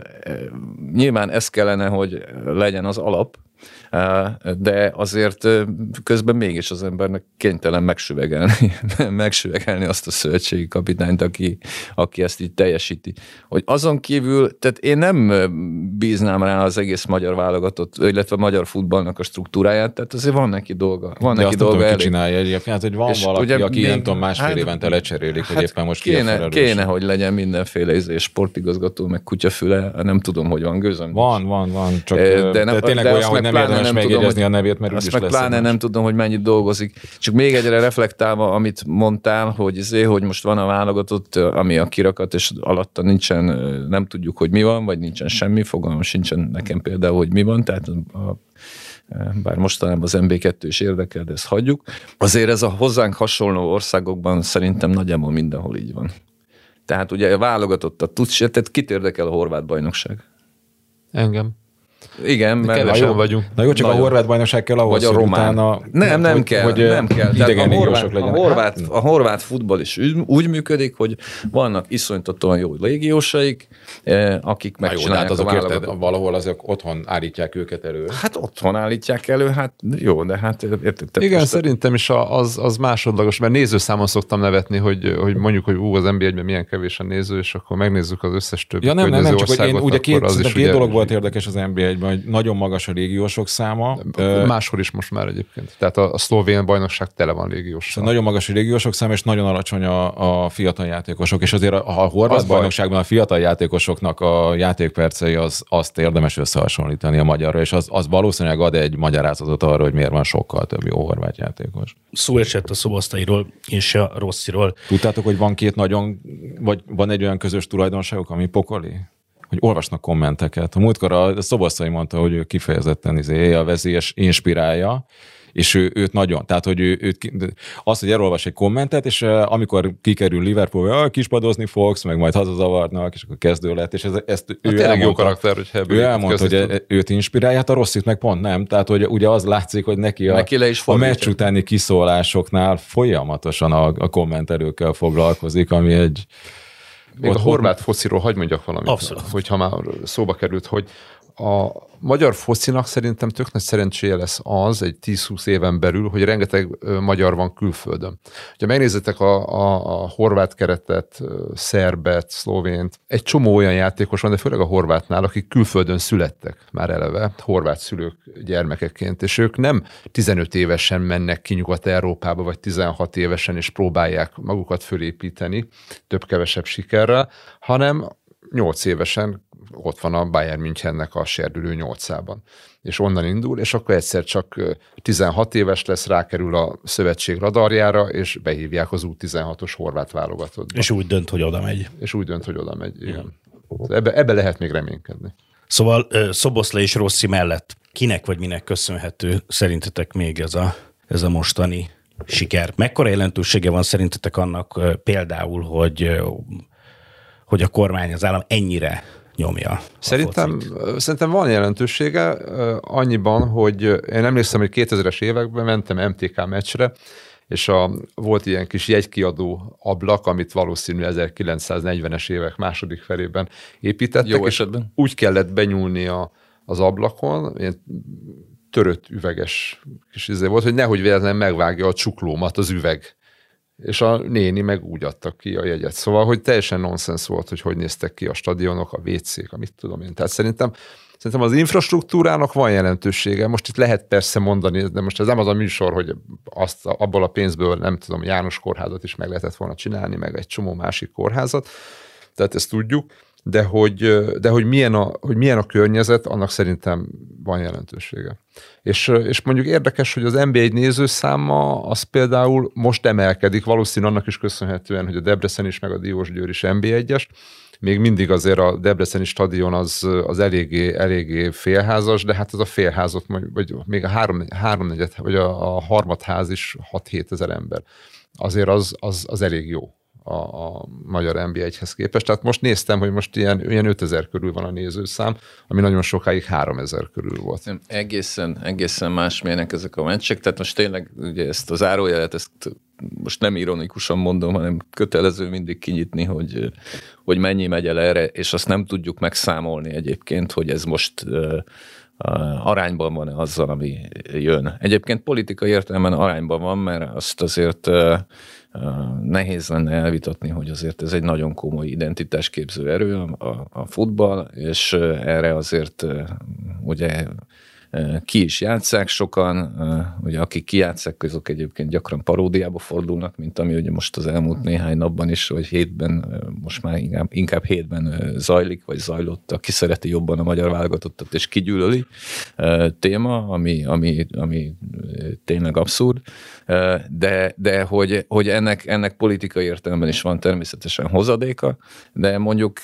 [SPEAKER 2] nyilván ez kellene, hogy legyen az alap, de azért közben mégis az embernek kénytelen megsüvegelni, megsüvegelni azt a szövetségi kapitányt, aki, aki ezt így teljesíti. Hogy azon kívül, tehát én nem bíznám rá az egész magyar válogatott, illetve a magyar futballnak a struktúráját, tehát azért van neki dolga. Van
[SPEAKER 3] de
[SPEAKER 2] neki
[SPEAKER 3] azt
[SPEAKER 2] dolga
[SPEAKER 3] tudom,
[SPEAKER 2] elég.
[SPEAKER 3] Ki csinálja egyébként, hogy van és valaki, aki még, nem tudom, másfél hát, évente lecserélik, hát hogy éppen most
[SPEAKER 2] kéne, kéne, hogy legyen mindenféle izés, sportigazgató, meg kutyafüle, nem tudom, hogy van gőzöm.
[SPEAKER 3] Van, van, van, csak de, nem, de tényleg de olyan, hogy nem érdemes megjegyezni a nevét, mert
[SPEAKER 2] azt meg pláne nem tudom, hogy mennyit dolgozik. Csak még egyre reflektálva, amit mondtál, hogy, azért, hogy most van a válogatott, ami a kirakat, és alatta nincsen, nem tudjuk, hogy mi van, vagy nincsen semmi, fogalmam sincsen nekem például, hogy mi van, tehát a, bár mostanában az en bé kettő is érdekel, de ezt hagyjuk. Azért ez a hozzánk hasonló országokban szerintem nagyjából mindenhol így van. Tehát ugye a válogatottat tudsz, tehát kit érdekel a horvát bajnokság?
[SPEAKER 4] Engem.
[SPEAKER 2] Igen, mert
[SPEAKER 3] kevesen jó, vagyunk. Na jó, csak nagyon. A horvát bajnokság kell ahhoz,
[SPEAKER 2] vagy a román.
[SPEAKER 3] Utána,
[SPEAKER 2] nem, nem
[SPEAKER 3] hogy,
[SPEAKER 2] kell,
[SPEAKER 3] hogy
[SPEAKER 2] nem kell.
[SPEAKER 3] Idegen
[SPEAKER 2] a horvát,
[SPEAKER 3] legyenek.
[SPEAKER 2] A horvát, a horvát futball is úgy működik, hogy vannak iszonytatóan jó légiósaik, akik megcsinálják
[SPEAKER 3] jó, hát
[SPEAKER 2] a válogatot.
[SPEAKER 3] Valahol azok otthon állítják őket elő.
[SPEAKER 2] Hát otthon állítják elő, hát jó, de hát érted.
[SPEAKER 4] Igen, most szerintem is az, az másodlagos, mert nézőszámon szoktam nevetni, hogy, hogy mondjuk, hogy ú, az en bé egyben milyen kevés a néző, és akkor megnézzük az összes többi
[SPEAKER 3] ja, nem, nem, nem, csak hogy én, ugye két,
[SPEAKER 4] az
[SPEAKER 3] két ugye, dolog volt érdekes az en bé egyben, hogy nagyon magas a légiósok száma.
[SPEAKER 4] Máshol is most már egyébként. Tehát a, a szlovén bajnokság tele van légióssal.
[SPEAKER 3] Nagyon magas a légiósok száma, és nagyon alacsony a, a fiatal játékosok. És azért a, a horvát bajnokságban a fiatal játékosoknak a játékpercei az, azt érdemes összehasonlítani a magyarra, és az, az valószínűleg ad egy magyarázatot arra, hogy miért van sokkal több jó horvát játékos.
[SPEAKER 1] Szó esett a Szoboszlairól és a Rossiról.
[SPEAKER 3] Tudtátok, hogy van két nagyon, vagy van egy olyan közös tulajdonságok, ami pokoli? Hogy olvasnak kommenteket. A múltkor a Szoboszlai mondta, hogy ő kifejezetten izé, élvezi és inspirálja, és ő, őt nagyon, tehát hogy ő, őt, az, hogy elolvas egy kommentet, és amikor kikerül Liverpool, hogy kispadozni fogsz, meg majd hazazavarnak, és akkor kezdő lett, és ez, ezt
[SPEAKER 4] hát
[SPEAKER 3] ő elmondta, jó
[SPEAKER 4] karakter, hogy
[SPEAKER 3] ő elmondta, hogy őt inspirálja, hát a Rosszit meg pont nem, tehát hogy ugye az látszik, hogy neki a, neki a meccs utáni kiszólásoknál folyamatosan a, a kommentelőkkel foglalkozik, ami egy...
[SPEAKER 4] Még ott, a horvát fociról hagy mondjak valamit,
[SPEAKER 1] abszolút.
[SPEAKER 4] Hogyha már szóba került, hogy a magyar focinak szerintem tök nagy szerencséje lesz az egy tíz-húsz éven belül, hogy rengeteg magyar van külföldön. Ha megnézitek a, a, a horvát keretet, szerbet, szlovént, egy csomó olyan játékos van, de főleg a horvátnál, akik külföldön születtek már eleve, horvát szülők gyermekeként, és ők nem tizenöt évesen mennek ki Nyugat-Európába, vagy tizenhat évesen, és próbálják magukat fölépíteni több-kevesebb sikerrel, hanem nyolc évesen ott van a Bayern Münchennek a serdülő nyolcában. És onnan indul, és akkor egyszer csak tizenhat éves lesz, rákerül a szövetség radarjára, és behívják az U tizenhatos horvát válogatottba.
[SPEAKER 1] És úgy dönt, hogy oda megy.
[SPEAKER 4] És úgy dönt, hogy oda megy, igen. Ebbe, ebbe lehet még reménykedni.
[SPEAKER 1] Szóval Szoboszlai és Rossi mellett kinek vagy minek köszönhető szerintetek még ez a, ez a mostani siker? Mekkora jelentősége van szerintetek annak például, hogy, hogy a kormány, az állam ennyire nyomja?
[SPEAKER 4] Szerintem, szerintem van jelentősége annyiban, hogy én emlékszem, hogy kétezres években mentem em té ká meccsre, és a, volt ilyen kis jegykiadó ablak, amit valószínű ezerkilencszáznegyvenes évek második felében építettek.
[SPEAKER 2] Jó esetben.
[SPEAKER 4] Úgy kellett benyúlni a, az ablakon, ilyen törött üveges kis izé volt, hogy nehogy véletlenül megvágja a csuklómat az üveg. És a néni meg úgy adtak ki a jegyet. Szóval, hogy teljesen nonsens volt, hogy hogy néztek ki a stadionok, a vécék, amit tudom én. Tehát szerintem, szerintem az infrastruktúrának van jelentősége. Most itt lehet persze mondani, de most ez nem az a műsor, hogy azt, abból a pénzből, nem tudom, János kórházat is meg lehetett volna csinálni, meg egy csomó másik kórházat. Tehát ezt tudjuk. De hogy, de hogy, milyen a, hogy milyen a környezet, annak szerintem van jelentősége. És, és mondjuk érdekes, hogy az en bé egy nézőszáma az például most emelkedik, valószínű annak is köszönhetően, hogy a Debrecen is, meg a Diósgyőr is en bé egyes. Még mindig azért a Debreceni stadion az, az eléggé, eléggé félházas, de hát ez a félházat, vagy még a három, háromnegyed, vagy a, a harmadház is hat-hét ezer ember. Azért az, az, az elég jó a, a magyar en bé egyhez képest. Tehát most néztem, hogy most ilyen, ilyen ötezer körül van a nézőszám, ami nagyon sokáig háromezer körül volt.
[SPEAKER 2] Nem, egészen, egészen másmilyenek ezek a meccsek, tehát most tényleg ugye ezt az zárójelet, ezt most nem ironikusan mondom, hanem kötelező mindig kinyitni, hogy, hogy mennyi megy el erre, és azt nem tudjuk megszámolni egyébként, hogy ez most uh, uh, arányban van-e azzal, ami jön. Egyébként politikai értelemben arányban van, mert azt azért uh, Uh, nehéz lenne elvitatni, hogy azért ez egy nagyon komoly identitásképző erő a, a, a futball, és uh, erre azért uh, ugye uh, ki is játsszák sokan, uh, ugye akik kijátsszák, azok egyébként gyakran paródiába fordulnak, mint ami ugye most az elmúlt néhány napban is, vagy hétben, uh, most már inkább, inkább hétben uh, zajlik, vagy zajlott, aki szereti jobban a magyar válogatottat, és kigyűlöli uh, téma, ami, ami, ami uh, tényleg abszurd. De, de hogy, hogy ennek, ennek politikai értelemben is van természetesen hozadéka, de mondjuk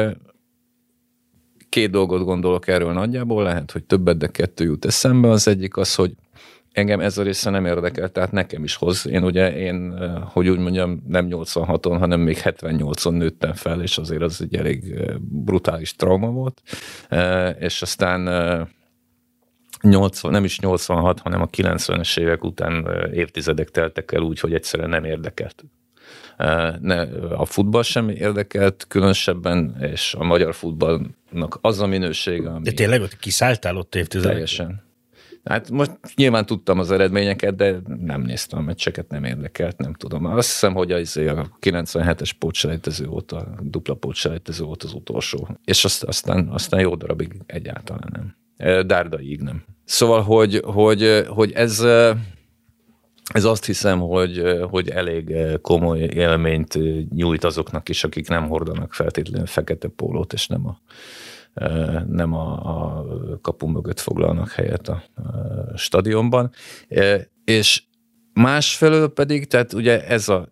[SPEAKER 2] két dolgot gondolok erről nagyjából, lehet, hogy többet, de kettő jut eszembe. Az egyik az, hogy engem ez a része nem érdekel, tehát nekem is hoz. Én ugye, én, hogy úgy mondjam, nem nyolcvanhaton, hanem még hetvennyolcon nőttem fel, és azért az egy elég brutális trauma volt. És aztán nyolcvan, nem is nyolcvanhat, hanem a kilencvenes évek után évtizedek teltek el úgy, hogy egyszerűen nem érdekelt. Ne, a futball sem érdekelt különösebben, és a magyar futballnak az a minősége, ami...
[SPEAKER 1] De tényleg ott kiszálltál ott évtizedek?
[SPEAKER 2] Teljesen. Hát most nyilván tudtam az eredményeket, de nem néztem a meccseket, nem érdekelt, nem tudom. Azt hiszem, hogy az a kilencvenhetes pótselejtező volt, a dupla pótselejtező volt az utolsó. És azt, aztán, aztán jó darabig egyáltalán nem. Dárdaig nem. Szóval, hogy, hogy, hogy ez, ez azt hiszem, hogy, hogy elég komoly élményt nyújt azoknak is, akik nem hordanak feltétlenül fekete pólót, és nem a, nem a, a kapu mögött foglalnak helyet a, a stadionban. És másfelől pedig, tehát ugye ez a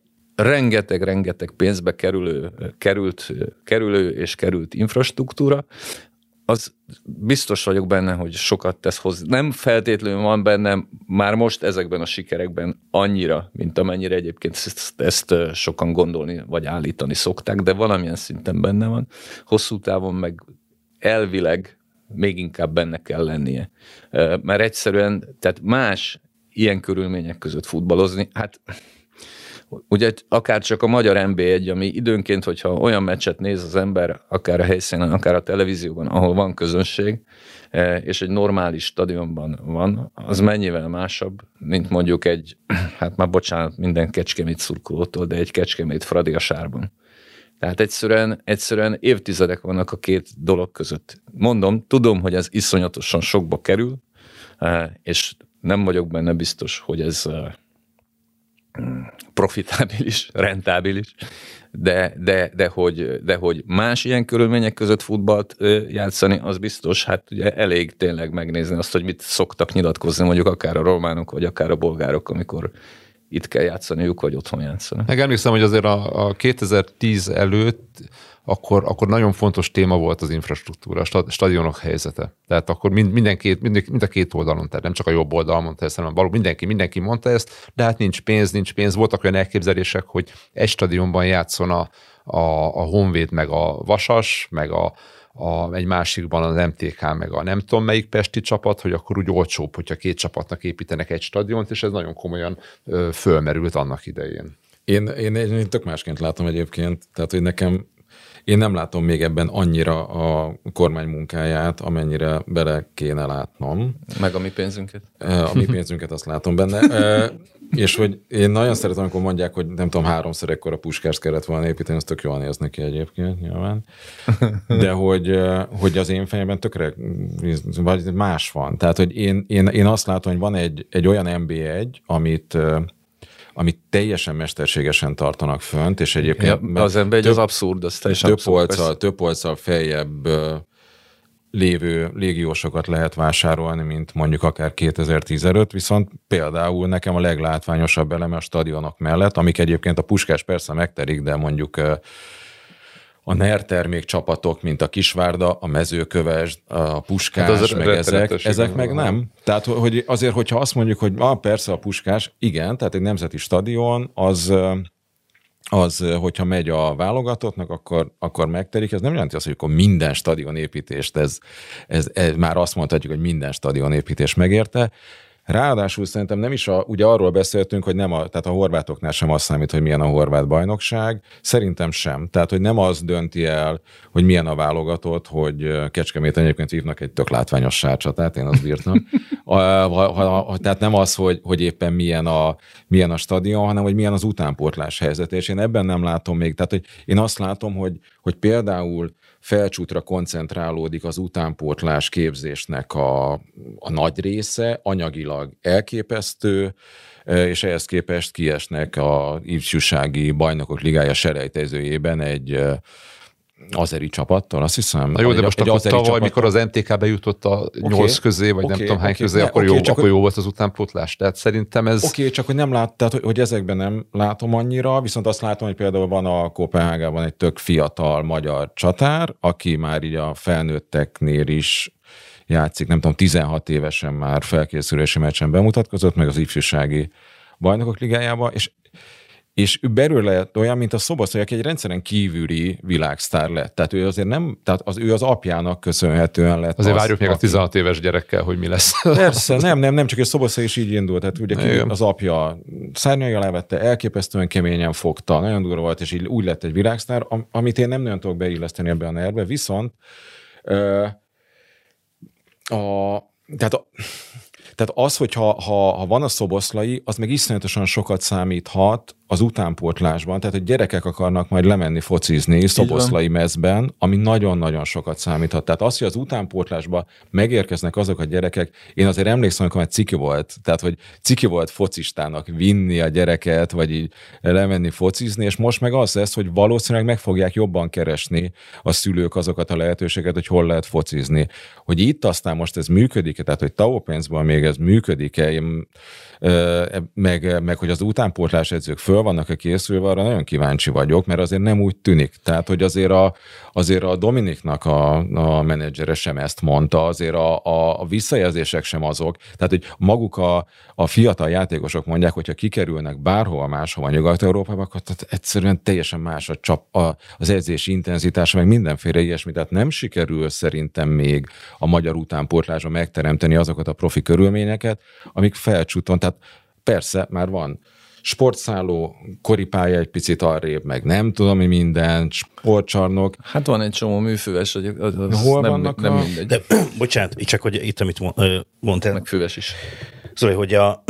[SPEAKER 2] rengeteg-rengeteg pénzbe kerülő, került, kerülő és került infrastruktúra, az biztos vagyok benne, hogy sokat tesz hozzá. Nem feltétlenül van benne már most ezekben a sikerekben annyira, mint amennyire egyébként ezt, ezt sokan gondolni vagy állítani szokták, de valamilyen szinten benne van. Hosszú távon meg elvileg még inkább benne kell lennie. Mert egyszerűen, tehát más ilyen körülmények között futballozni, hát ugye akár csak a magyar en bé egy, ami időnként, hogyha olyan meccset néz az ember, akár a helyszínen, akár a televízióban, ahol van közönség, és egy normális stadionban van, az mennyivel másabb, mint mondjuk egy, hát már bocsánat minden Kecskemét szurkolótól, de egy Kecskemét Fradi a Sárban. Tehát egyszerűen, egyszerűen évtizedek vannak a két dolog között. Mondom, tudom, hogy ez iszonyatosan sokba kerül, és nem vagyok benne biztos, hogy ez profitábilis, rentábilis, de, de, de, hogy, de hogy más ilyen körülmények között futballt játszani, az biztos, hát ugye elég tényleg megnézni azt, hogy mit szoktak nyilatkozni mondjuk akár a románok, vagy akár a bolgárok, amikor itt kell játszaniuk, vagy otthon játszani.
[SPEAKER 4] Meg emlékszem, hogy azért a, a kétezer-tíz előtt akkor, akkor nagyon fontos téma volt az infrastruktúra, a stadionok helyzete. Tehát akkor mind, minden két, mind, mind a két oldalon, tehát nem csak a jobb oldal mondta ezt, hanem való, mindenki, mindenki mondta ezt, de hát nincs pénz, nincs pénz. Voltak olyan elképzelések, hogy egy stadionban játszon a, a, a Honvéd, meg a Vasas, meg a, a, egy másikban az em té ká, meg a nem tudom melyik pesti csapat, hogy akkor úgy olcsóbb, hogyha két csapatnak építenek egy stadiont, és ez nagyon komolyan ö, fölmerült annak idején.
[SPEAKER 3] Én, én, én tök másként látom egyébként, tehát hogy nekem én nem látom még ebben annyira a kormány munkáját, amennyire bele kéne látnom.
[SPEAKER 2] Meg a mi pénzünket?
[SPEAKER 3] A mi pénzünket azt látom benne. És hogy én nagyon szeretem, amikor mondják, hogy nem tudom, háromszor ekkor a Puskást kellett volna építeni, az tök jól néz neki egyébként, nyilván. De hogy, hogy az én fejemben tökre vagy más van. Tehát, hogy én, én, én azt látom, hogy van egy, egy olyan en bé egy, amit amit teljesen mesterségesen tartanak fönt, és egyébként...
[SPEAKER 2] Ja, az ember egy az abszurd, az teljesen
[SPEAKER 3] több
[SPEAKER 2] abszurd.
[SPEAKER 3] Polccal, több polccal feljebb lévő légiósokat lehet vásárolni, mint mondjuk akár kétezer-tíz előtt, viszont például nekem a leglátványosabb eleme a stadionok mellett, amik egyébként a Puskás persze megterik, de mondjuk a NER termék csapatok, mint a Kisvárda, a Mezőkövesd, a Puskás, hát meg ezek, ezek meg nem. Tehát hogy azért, hogyha azt mondjuk, hogy ah, persze a Puskás, igen, tehát egy nemzeti stadion, az, az hogyha megy a válogatottnak, akkor, akkor megterik. Ez nem jelenti azt, hogy akkor minden stadionépítést, ez, ez, ez már azt mondhatjuk, hogy minden stadionépítés megérte. Ráadásul szerintem nem is a, ugye arról beszéltünk, hogy nem a, tehát a horvátoknál sem azt számít, hogy milyen a horvát bajnokság. Szerintem sem. Tehát, hogy nem az dönti el, hogy milyen a válogatott, hogy Kecskeméten egyébként vívnak egy tök látványos sárcsatát, én azt bírtam. A, a, a, tehát nem az, hogy, hogy éppen milyen a, milyen a stadion, hanem hogy milyen az utánpótlás helyzet. És én ebben nem látom még. Tehát, hogy én azt látom, hogy, hogy például Felcsútra koncentrálódik az utánpótlás képzésnek a, a nagy része, anyagilag elképesztő, és ehhez képest kiesnek a ifjúsági bajnokok ligája selejtezőjében egy azeri csapattal, azt hiszem.
[SPEAKER 4] Na jó, de
[SPEAKER 3] egy,
[SPEAKER 4] most
[SPEAKER 3] egy
[SPEAKER 4] akkor tavaly,
[SPEAKER 3] csapat...
[SPEAKER 4] mikor az em té ká bejutott a nyolc közé, vagy okay, nem tudom hány okay, közé, ne, akkor, okay, jó, akkor jó volt az utánpótlás. Tehát szerintem ez...
[SPEAKER 3] Oké, okay, csak hogy nem lát, tehát, hogy, hogy ezekben nem látom annyira, viszont azt látom, hogy például van a Kopenhágában egy tök fiatal magyar csatár, aki már így a felnőtteknél is játszik, nem tudom, tizenhat évesen már felkészülési meccsen bemutatkozott, meg az ifjúsági bajnokok ligájában, és és belőle olyan, mint a Szoboszlai, aki egy rendszeren kívüli világsztár lett. Tehát ő azért nem, tehát az, ő az apjának köszönhetően lett.
[SPEAKER 4] Azért
[SPEAKER 3] az,
[SPEAKER 4] várjuk még
[SPEAKER 3] aki...
[SPEAKER 4] a tizenhat éves gyerekkel, hogy mi lesz.
[SPEAKER 3] Persze, nem, nem, nem csak a Szoboszlai is így indult. Tehát ugye ki, az apja szárnyai alá vette, elképesztően keményen fogta, nagyon durva volt, és így úgy lett egy világsztár, amit én nem nagyon tudok beilleszteni ebbe a nerbe, viszont uh, a, tehát a Tehát az, hogy ha, ha, ha van a Szoboszlai, az meg iszonyatosan sokat számíthat az utánpótlásban, tehát hogy gyerekek akarnak majd lemenni focizni Szoboszlai mezben, ami nagyon-nagyon sokat számíthat. Tehát az, hogy az utánpótlásba megérkeznek azok a gyerekek, én azért emlékszem, amikor már ciki volt, tehát hogy ciki volt focistának vinni a gyereket, vagy így lemenni focizni, és most meg az lesz, hogy valószínűleg meg fogják jobban keresni a szülők azokat a lehetőséget, hogy hol lehet focizni. Hogy itt aztán most ez működik, tehát hogy távol-pénzben még ez működik-e, meg, meg hogy az utánpótlás edzők föl föl vannak-e készülve, arra nagyon kíváncsi vagyok, mert azért nem úgy tűnik. Tehát, hogy azért a, azért a Dominiknak a, a menedzsere sem ezt mondta, azért a, a, a visszajelzések sem azok. Tehát, hogy maguk a, a fiatal játékosok mondják, hogyha kikerülnek bárhova máshova Nyugat-Európába, akkor tehát egyszerűen teljesen más a csap, a, az edzési intenzitása, meg mindenféle ilyesmi. Tehát nem sikerül szerintem még a magyar utánpótlásban megteremteni azokat a profi körülményeket, amik felcsúton, tehát persze már van sportszálló, koripálya egy picit arrébb, meg nem tudom, mi minden, sportcsarnok.
[SPEAKER 2] Hát van egy csomó műfüves, hogy az, az
[SPEAKER 3] hol
[SPEAKER 2] nem,
[SPEAKER 3] vannak
[SPEAKER 2] nem
[SPEAKER 3] a...
[SPEAKER 2] mindegy.
[SPEAKER 1] De, bocsánat, csak hogy itt, amit mondtál.
[SPEAKER 2] Meg füves is.
[SPEAKER 1] Szóval, hogy, a,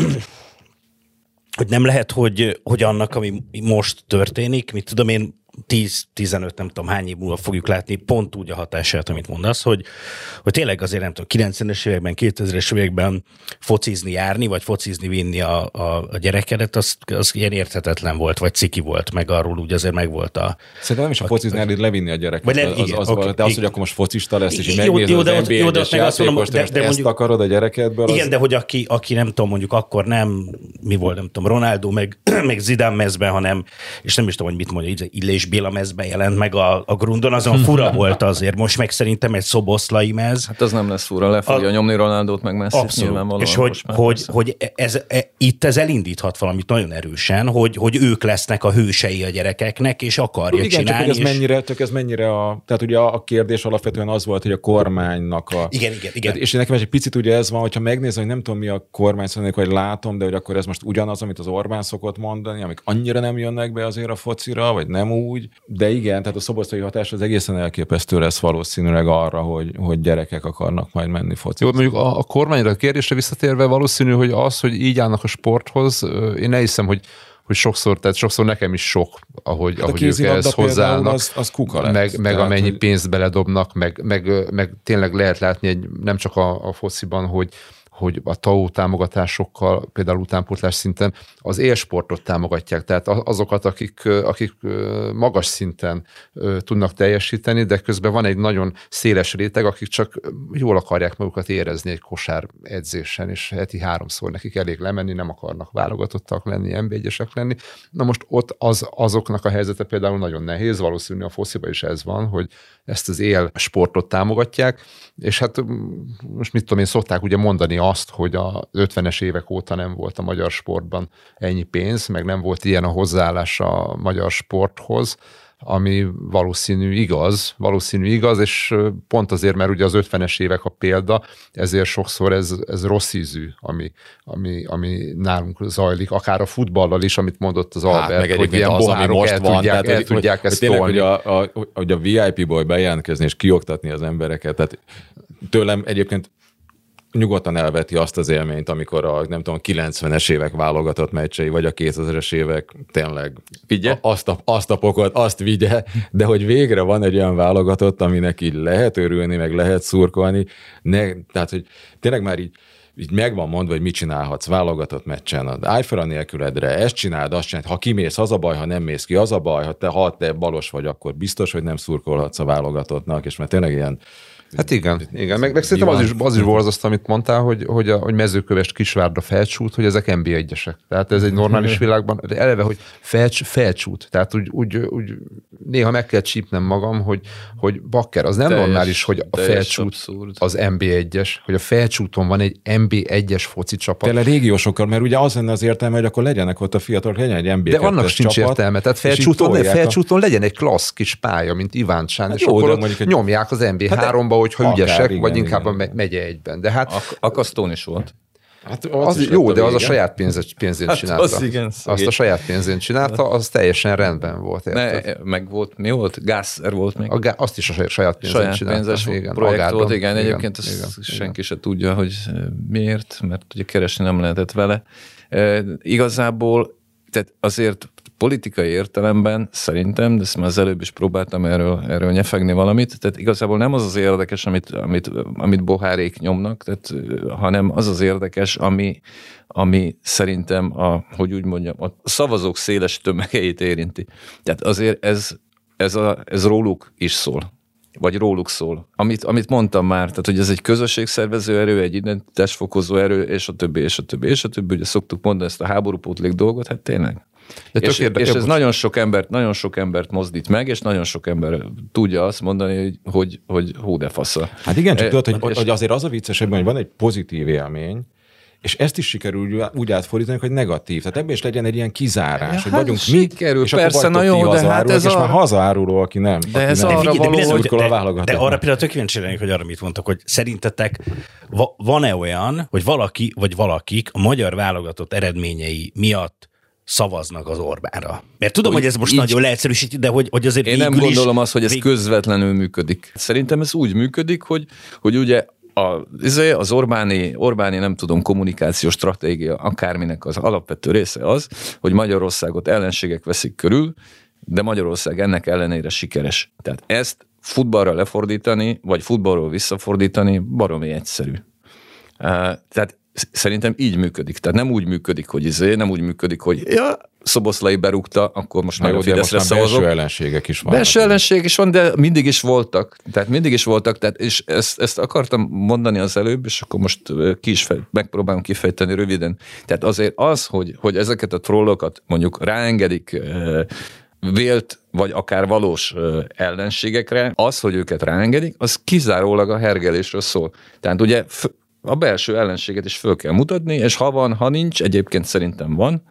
[SPEAKER 1] hogy nem lehet, hogy, hogy annak, ami most történik, mit tudom én, tíz-tizenöt, nem tudom hány év múlva fogjuk látni pont úgy a hatását, amit mondasz, hogy, hogy tényleg azért nem tudom, kilencvenes években, kétezres években focizni járni, vagy focizni vinni a, a, a gyerekedet, az, az ilyen érthetetlen volt, vagy ciki volt, meg arról úgy azért meg volt a...
[SPEAKER 3] Szerintem nem is a focizni járni, levinni a gyereket,
[SPEAKER 1] le,
[SPEAKER 3] az,
[SPEAKER 1] igen,
[SPEAKER 3] az,
[SPEAKER 1] okay,
[SPEAKER 3] az, de az, hogy akkor most focista lesz, és így megnézed az en bé egyes játékost, de, de ezt mondjuk, akarod a gyerekedből.
[SPEAKER 1] Igen,
[SPEAKER 3] az...
[SPEAKER 1] de hogy aki, aki nem tudom, mondjuk akkor nem, mi volt, nem tudom, Ronaldo, meg, meg Zidane mezben, hanem, és nem is tudom, hogy mit mondja, Illés Béla mezben jelent meg a, a grundon, azon fura volt azért. Most meg szerintem egy szoboszlai mez.
[SPEAKER 2] Hát az nem lesz fura, le fogja a... nyomni Ronaldót meg Messit.
[SPEAKER 1] Abszolút. És hogy, hogy, hogy ez, ez, itt ez elindíthat valamit nagyon erősen, hogy, hogy ők lesznek a hősei a gyerekeknek, és akarja
[SPEAKER 3] igen,
[SPEAKER 1] csinálni.
[SPEAKER 3] Csak, hogy ez
[SPEAKER 1] és...
[SPEAKER 3] mennyire, csak ez mennyire a... Tehát ugye a, a kérdés alapvetően az volt, hogy a kormánynak a...
[SPEAKER 1] Igen, igen, igen.
[SPEAKER 3] És nekem egy picit ugye ez van, hogyha megnézem, hogy nem tudom mi a kormány, szóval, hogy látom, de hogy akkor ez most ugyanaz, amit az Orbán szokott mondani, amik annyira nem jönnek be azért a focira, vagy nem úgy. De igen, tehát a szoboszlai hatás az egészen elképesztő lesz valószínűleg arra, hogy, hogy gyerekek akarnak majd menni focizni.
[SPEAKER 4] Jó, mondjuk a, a kormányra a kérdésre visszatérve valószínű, hogy az, hogy így állnak a sporthoz, én ne hiszem, hogy hogy sokszor, tehát sokszor nekem is sok, ahogy, hát ahogy ők ehhez hozzáállnak,
[SPEAKER 3] az, az kuka lett,
[SPEAKER 4] meg, meg
[SPEAKER 3] tehát,
[SPEAKER 4] amennyi
[SPEAKER 3] hogy...
[SPEAKER 4] pénzt beledobnak, meg, meg, meg tényleg lehet látni, egy, nem csak a, a fociban, hogy hogy a té á o támogatásokkal, például utánpótlás szinten az élsportot támogatják, tehát azokat, akik, akik magas szinten tudnak teljesíteni, de közben van egy nagyon széles réteg, akik csak jól akarják magukat érezni egy kosár edzésen, és heti háromszor nekik elég lemenni, nem akarnak válogatottak lenni, en bé egyesek lenni. Na most ott az, azoknak a helyzete például nagyon nehéz, valószínűleg a fociban is ez van, hogy ezt az élsportot támogatják, és hát most mit tudom én, szokták ugye mondani azt, hogy az ötvenes évek óta nem volt a magyar sportban ennyi pénz, meg nem volt ilyen a hozzáállás a magyar sporthoz, ami valószínű igaz, valószínű igaz, és pont azért, mert ugye az ötvenes évek a példa, ezért sokszor ez, ez rossz ízű, ami, ami, ami nálunk zajlik, akár a futballal is, amit mondott az Albert,
[SPEAKER 3] hát,
[SPEAKER 4] hogy ilyen
[SPEAKER 3] az, ami most
[SPEAKER 4] el
[SPEAKER 3] van,
[SPEAKER 4] tudják,
[SPEAKER 3] tehát,
[SPEAKER 4] el tudják
[SPEAKER 3] hogy,
[SPEAKER 4] ezt
[SPEAKER 3] hogy tényleg,
[SPEAKER 4] tolni.
[SPEAKER 3] hogy a, a, hogy a vé i pé-ból bejelentkezni és kioktatni az embereket, tehát tőlem egyébként nyugodtan elveti azt az élményt, amikor a, nem tudom, kilencvenes évek válogatott meccsei, vagy a kétezres évek tényleg
[SPEAKER 2] vigye?
[SPEAKER 3] Azt, a, azt a pokot, azt vigye, de hogy végre van egy olyan válogatott, aminek így lehet örülni, meg lehet szurkolni, ne, tehát, hogy tényleg már így így meg van mondva, hogy mit csinálhatsz válogatott meccsen. Állj fel a nélküledre, ezt csináld, azt csináld. Ha kimész, az a baj, ha nem mész ki, az a baj. Ha te, ha te balos vagy, akkor biztos, hogy nem szurkolhatsz a válogatottnak, és mert tényleg ilyen...
[SPEAKER 4] Hát igen, igen. Meg, meg szerintem az is, az is borzasztó, amit mondtál, hogy, hogy, a, hogy Mezőkövesd, Kisvárda, Felcsút, hogy ezek en bé egyesek. Tehát ez egy normális világban, de eleve, hogy felcs, Felcsút. Tehát úgy, úgy, úgy néha meg kell csípnem magam, hogy, hogy bakker, az nem teljes, normális, hogy a Felcsút abszurd. Az en bé egyes, hogy a Felcsúton van egy en bé egyes foci csapat.
[SPEAKER 3] Tényleg régiósokkal, mert ugye az lenne az értelme, hogy akkor legyenek ott a fiatalok, legyen egy en bé
[SPEAKER 4] de annak sincs
[SPEAKER 3] csapat,
[SPEAKER 4] értelme. Tehát Felcsúton, Felcsúton a... legyen egy klassz kis pálya, mint Iváncsán, hát és jó, akkor mondjuk, nyomják az en bé háromba, hogyha akár, ügyesek, igen, vagy inkább igen. a megye egyben. De hát...
[SPEAKER 2] Ak- Akasztón is volt.
[SPEAKER 4] Hát az az jó, de az a saját pénz, pénzén hát csinálta.
[SPEAKER 2] Az igen,
[SPEAKER 4] azt a saját pénzén csinálta, az teljesen rendben volt.
[SPEAKER 2] Ne, meg volt, mi volt? Gászer volt még.
[SPEAKER 4] A gá, azt is a saját pénzén
[SPEAKER 2] saját
[SPEAKER 4] csinálta.
[SPEAKER 2] Pénzes igen, projekt Agárban. Volt, igen. igen egyébként igen, ezt igen, senki igen. se tudja, hogy miért, mert ugye keresni nem lehetett vele. E, igazából, tehát azért politikai értelemben szerintem, de ezt már az előbb is próbáltam erről, erről nyefegni valamit, tehát igazából nem az az érdekes, amit, amit, amit bohárék nyomnak, tehát, hanem az az érdekes, ami, ami szerintem, a, hogy úgy mondjam, a szavazók széles tömegeit érinti. Tehát azért ez, ez, a, ez róluk is szól. Vagy róluk szól. Amit, amit mondtam már, tehát hogy ez egy közösségszervező erő, egy identitásfokozó erő, és a többi, és a többi, és a többi. Ugye szoktuk mondani ezt a háborúpótlék dolgot, hát tényleg. De és, és ez nagyon sok, embert, nagyon sok embert mozdít meg, és nagyon sok ember tudja azt mondani, hogy, hogy, hogy hú de fasza.
[SPEAKER 3] Hát igen, csak e, tudod, hogy, és... hogy azért az a vicces ebben, hogy van egy pozitív élmény, és ezt is sikerül úgy átfordítani, hogy negatív. Tehát ebben is legyen egy ilyen kizárás, ja, hogy hát vagyunk mi,
[SPEAKER 2] sikerül, és persze, na jó, de hát ez
[SPEAKER 3] és
[SPEAKER 2] a...
[SPEAKER 3] már hazaáruló, aki nem.
[SPEAKER 2] De
[SPEAKER 3] aki
[SPEAKER 2] ez
[SPEAKER 3] nem.
[SPEAKER 2] arra való,
[SPEAKER 1] de,
[SPEAKER 2] hogy...
[SPEAKER 1] De, de, de arra például tök kíváncsi lennék, hogy arra mit mondtak, hogy szerintetek va- van-e olyan, hogy valaki vagy valakik a magyar válogatott eredményei miatt szavaznak az Orbánra. Mert tudom, hogy, hogy ez most így, nagyon leegyszerűsít, de hogy, hogy azért
[SPEAKER 2] én nem gondolom azt, hogy ez vég... közvetlenül működik. Szerintem ez úgy működik, hogy, hogy ugye A, az Orbáni, Orbáni, nem tudom, kommunikációs stratégia, akárminek az alapvető része az, hogy Magyarországot ellenségek veszik körül, de Magyarország ennek ellenére sikeres. Tehát ezt futballra lefordítani, vagy futballról visszafordítani baromi egyszerű. Tehát szerintem így működik. Tehát nem úgy működik, hogy izé, nem úgy működik, hogy ja, Szoboszlai berúgta, akkor most meg a Fideszre szavazok.
[SPEAKER 3] Belső ellenségek is vannak.
[SPEAKER 2] Belső ellenség is van, de mindig is voltak. Tehát mindig is voltak, tehát és ezt, ezt akartam mondani az előbb, és akkor most ki is fej, megpróbálom kifejteni röviden. Tehát azért az, hogy, hogy ezeket a trollokat mondjuk ráengedik vélt, vagy akár valós ellenségekre, az, hogy őket ráengedik, az kizárólag a hergelésről szól. Tehát ugye a belső ellenséget is föl kell mutatni, és ha van, ha nincs, egyébként szerintem van,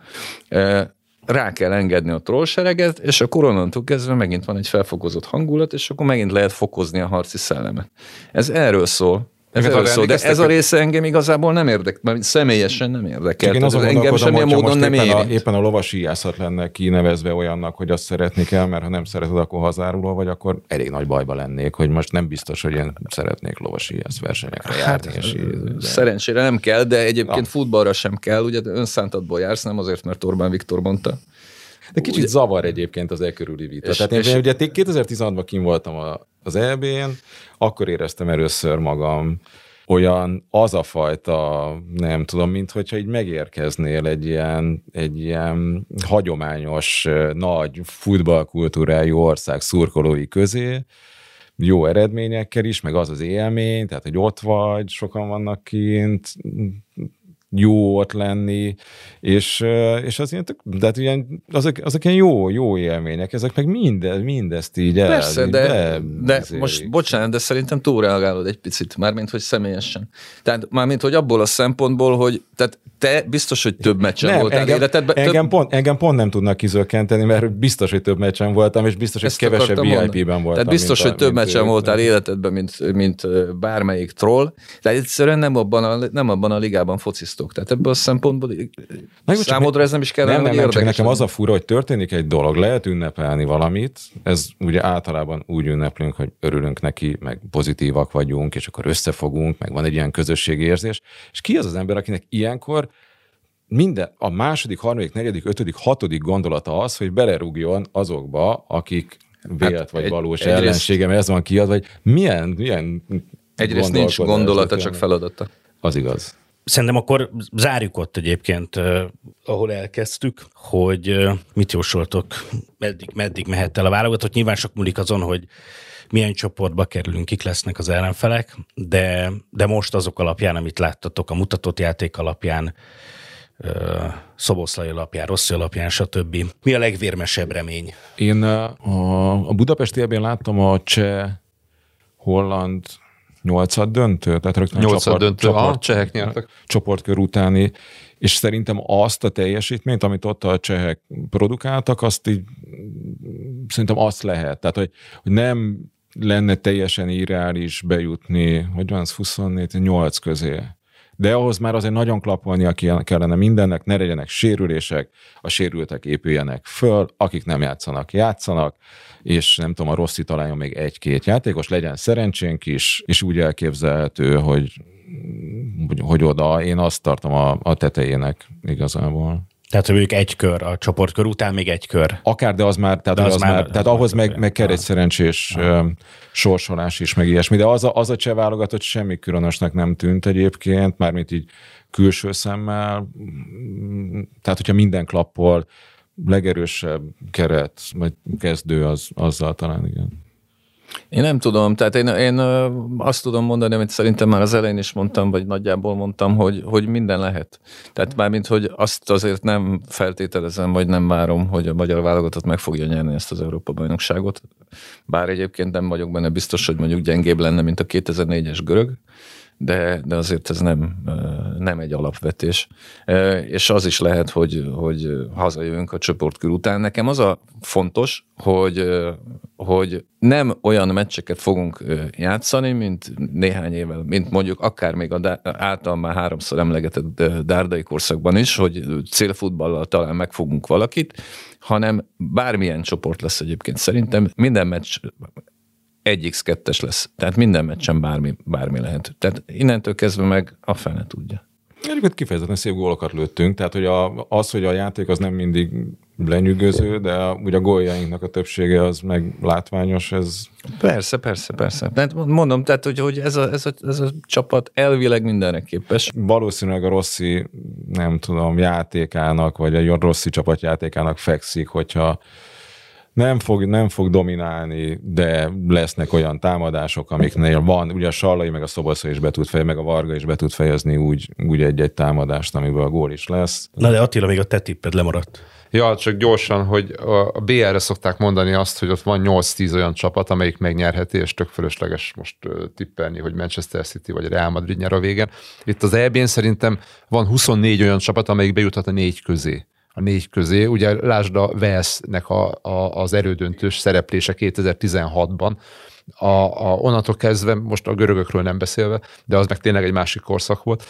[SPEAKER 2] rá kell engedni a trollsereget, és akkor onnantól kezdve megint van egy felfokozott hangulat, és akkor megint lehet fokozni a harci szellemet. Ez erről szól. Ez erről szól, de ez a része engem igazából nem érdekel, mert személyesen nem érdekel.
[SPEAKER 3] Én azon
[SPEAKER 2] engem semmilyen módon nem
[SPEAKER 3] éppen
[SPEAKER 2] érint.
[SPEAKER 3] A, éppen a lovasíjászat lenne kinevezve olyannak, hogy azt szeretni kell, mert ha nem szereted, akkor hazáruló vagy, akkor elég nagy bajba lennék, hogy most nem biztos, hogy én szeretnék lovasíjász versenyekre járni. Hát, és így, de... Szerencsére nem kell, de egyébként Na. futballra sem kell, ugye önszántatból jársz, nem azért, mert Orbán Viktor mondta. De kicsit ugye... zavar egyébként az e körüli vita. És, Tehát én és... ugye kétezer-tizenhatban kim voltam az é bé-n, akkor éreztem először magam olyan az a fajta, nem tudom, mint hogyha így megérkeznél egy ilyen, egy ilyen hagyományos, nagy futballkultúrájú ország szurkolói közé, jó eredményekkel is, meg az az élmény, tehát, hogy ott vagy, sokan vannak kint, jó ott lenni, és, és az ilyen, de hát ilyen, azok, azok ilyen jó, jó élmények, ezek meg minde, mindezt így el.
[SPEAKER 2] Persze,
[SPEAKER 3] így
[SPEAKER 2] de,
[SPEAKER 3] be,
[SPEAKER 2] de most bocsánat, de szerintem túlreagálod egy picit, mármint, hogy személyesen. Tehát mármint, hogy abból a szempontból, hogy tehát te biztos, hogy több meccsen voltál
[SPEAKER 3] engem,
[SPEAKER 2] életedben.
[SPEAKER 3] Engem,
[SPEAKER 2] több...
[SPEAKER 3] pont, engem pont nem tudnak kizökkenteni, mert biztos, hogy több meccsen voltam, és biztos, hogy ezt kevesebb vé i pé-ben voltam.
[SPEAKER 2] Tehát biztos,
[SPEAKER 3] mint
[SPEAKER 2] hogy több meccsen
[SPEAKER 3] ők,
[SPEAKER 2] voltál életedben, mint, mint bármelyik troll. Tehát egyszerűen nem abban a, nem abban a ligában fociztok. Tehát ebből a szempontból Na, számodra ez nem is kell.
[SPEAKER 3] Nem, nem, nem, csak nekem az a fura, hogy történik egy dolog, lehet ünnepelni valamit, ez ugye általában úgy ünneplünk, hogy örülünk neki, meg pozitívak vagyunk, és akkor összefogunk, meg van egy ilyen közösségi érzés, és ki az az ember, akinek ilyenkor minden, a második, harmadik, negyedik, ötödik, hatodik gondolata az, hogy belerúgjon azokba, akik vélt hát vagy egy, valós ellensége, mert ez van kiadva, vagy milyen, milyen
[SPEAKER 2] egyrészt nincs gondolata, csak feladata.
[SPEAKER 3] Az igaz.
[SPEAKER 1] Szerintem akkor zárjuk ott egyébként, eh, ahol elkezdtük, hogy eh, mit jósoltok, meddig, meddig mehet el a válogatott. Nyilván sok múlik azon, hogy milyen csoportba kerülünk, kik lesznek az ellenfelek, de, de most azok alapján, amit láttatok, a mutatott játék alapján, eh, Szoboszlai alapján, Rossi alapján, stb. Mi a legvérmesebb remény?
[SPEAKER 3] Én a, a Budapesti é-ben láttam a cseh, holland, nyolcad döntő, tehát rögtön
[SPEAKER 4] nyolcad
[SPEAKER 3] csoport,
[SPEAKER 4] döntő,
[SPEAKER 3] csoport,
[SPEAKER 4] a csehek nyertek.
[SPEAKER 3] Csoportkör utáni, és szerintem azt a teljesítményt, amit ott a csehek produkáltak, azt így szerintem azt lehet. Tehát, hogy, hogy nem lenne teljesen irreális bejutni, hogy van az huszonnégy, nyolc közé. De ahhoz már azért nagyon klappolnia kellene mindennek, ne legyenek sérülések, a sérültek épüljenek föl, akik nem játszanak, játszanak, és nem tudom, a Rossi találjon még egy-két játékos, legyen szerencsénk is, és úgy elképzelhető, hogy, hogy, hogy oda, én azt tartom a, a tetejének igazából.
[SPEAKER 1] Tehát, hogy mondjuk egy kör, a csoportkör után még egy kör.
[SPEAKER 3] Akár, de az már, tehát, de az az már, már, tehát az ahhoz meg, meg kell egy szerencsés uh, sorsolás is, meg ilyesmi. De az a, az a cseh válogatott semmi különösnek nem tűnt egyébként, mármint így külső szemmel. Tehát, hogyha minden klappol, legerősebb keret, vagy kezdő, az, azzal talán igen.
[SPEAKER 2] Én nem tudom, tehát én, én azt tudom mondani, amit szerintem már az elején is mondtam, vagy nagyjából mondtam, hogy, hogy minden lehet. Tehát mármint, hogy azt azért nem feltételezem, vagy nem várom, hogy a magyar válogatott meg fogja nyerni ezt az Európa-bajnokságot. Bár egyébként nem vagyok benne biztos, hogy mondjuk gyengébb lenne, mint a kétezer-négyes görög, de, de azért ez nem, nem egy alapvetés. És az is lehet, hogy, hogy hazajövünk a csoportkör után. Nekem az a fontos, hogy, hogy nem olyan meccseket fogunk játszani, mint néhány évvel, mint mondjuk akár még a által már háromszor emlegetett dárdai korszakban is, hogy célfutballal talán megfogunk valakit, hanem bármilyen csoport lesz egyébként. Szerintem minden meccs egy iksz kettes lesz. Tehát minden meccsen bármi, bármi lehet. Tehát innentől kezdve meg a fene tudja.
[SPEAKER 3] Egyébként kifejezetten szép gólokat lőttünk, tehát hogy a, az, hogy a játék az nem mindig lenyűgöző, de a, ugye a góljainknak a többsége az meg látványos, ez...
[SPEAKER 2] Persze, persze, persze. Tehát mondom, tehát, hogy, hogy ez, a, ez, a, ez a csapat elvileg mindenre képes.
[SPEAKER 3] Valószínűleg a Rossi, nem tudom, játékának, vagy a Rossi csapat játékának fekszik, hogyha Nem fog, nem fog dominálni, de lesznek olyan támadások, amiknél van, ugye a Sallai meg a Szoboszlai is be tud fejezni, meg a Varga is be tud fejezni úgy, úgy egy-egy támadást, amiből a gól is lesz.
[SPEAKER 1] Na de Attila, még a te tipped lemaradt.
[SPEAKER 4] Ja, csak gyorsan, hogy a bé er-re szokták mondani azt, hogy ott van nyolc-tíz olyan csapat, amelyik megnyerheti, és tök fölösleges most tippelni, hogy Manchester City vagy Real Madrid nyer a végén. Itt az é bé-n szerintem van huszonnégy olyan csapat, amelyik bejuthat a négy közé. A négy közé. Ugye lásd a Walesnek a, a, az erődöntős szereplése kétezer-tizenhatban. A, a, onnantól kezdve, most a görögökről nem beszélve, de az meg tényleg egy másik korszak volt.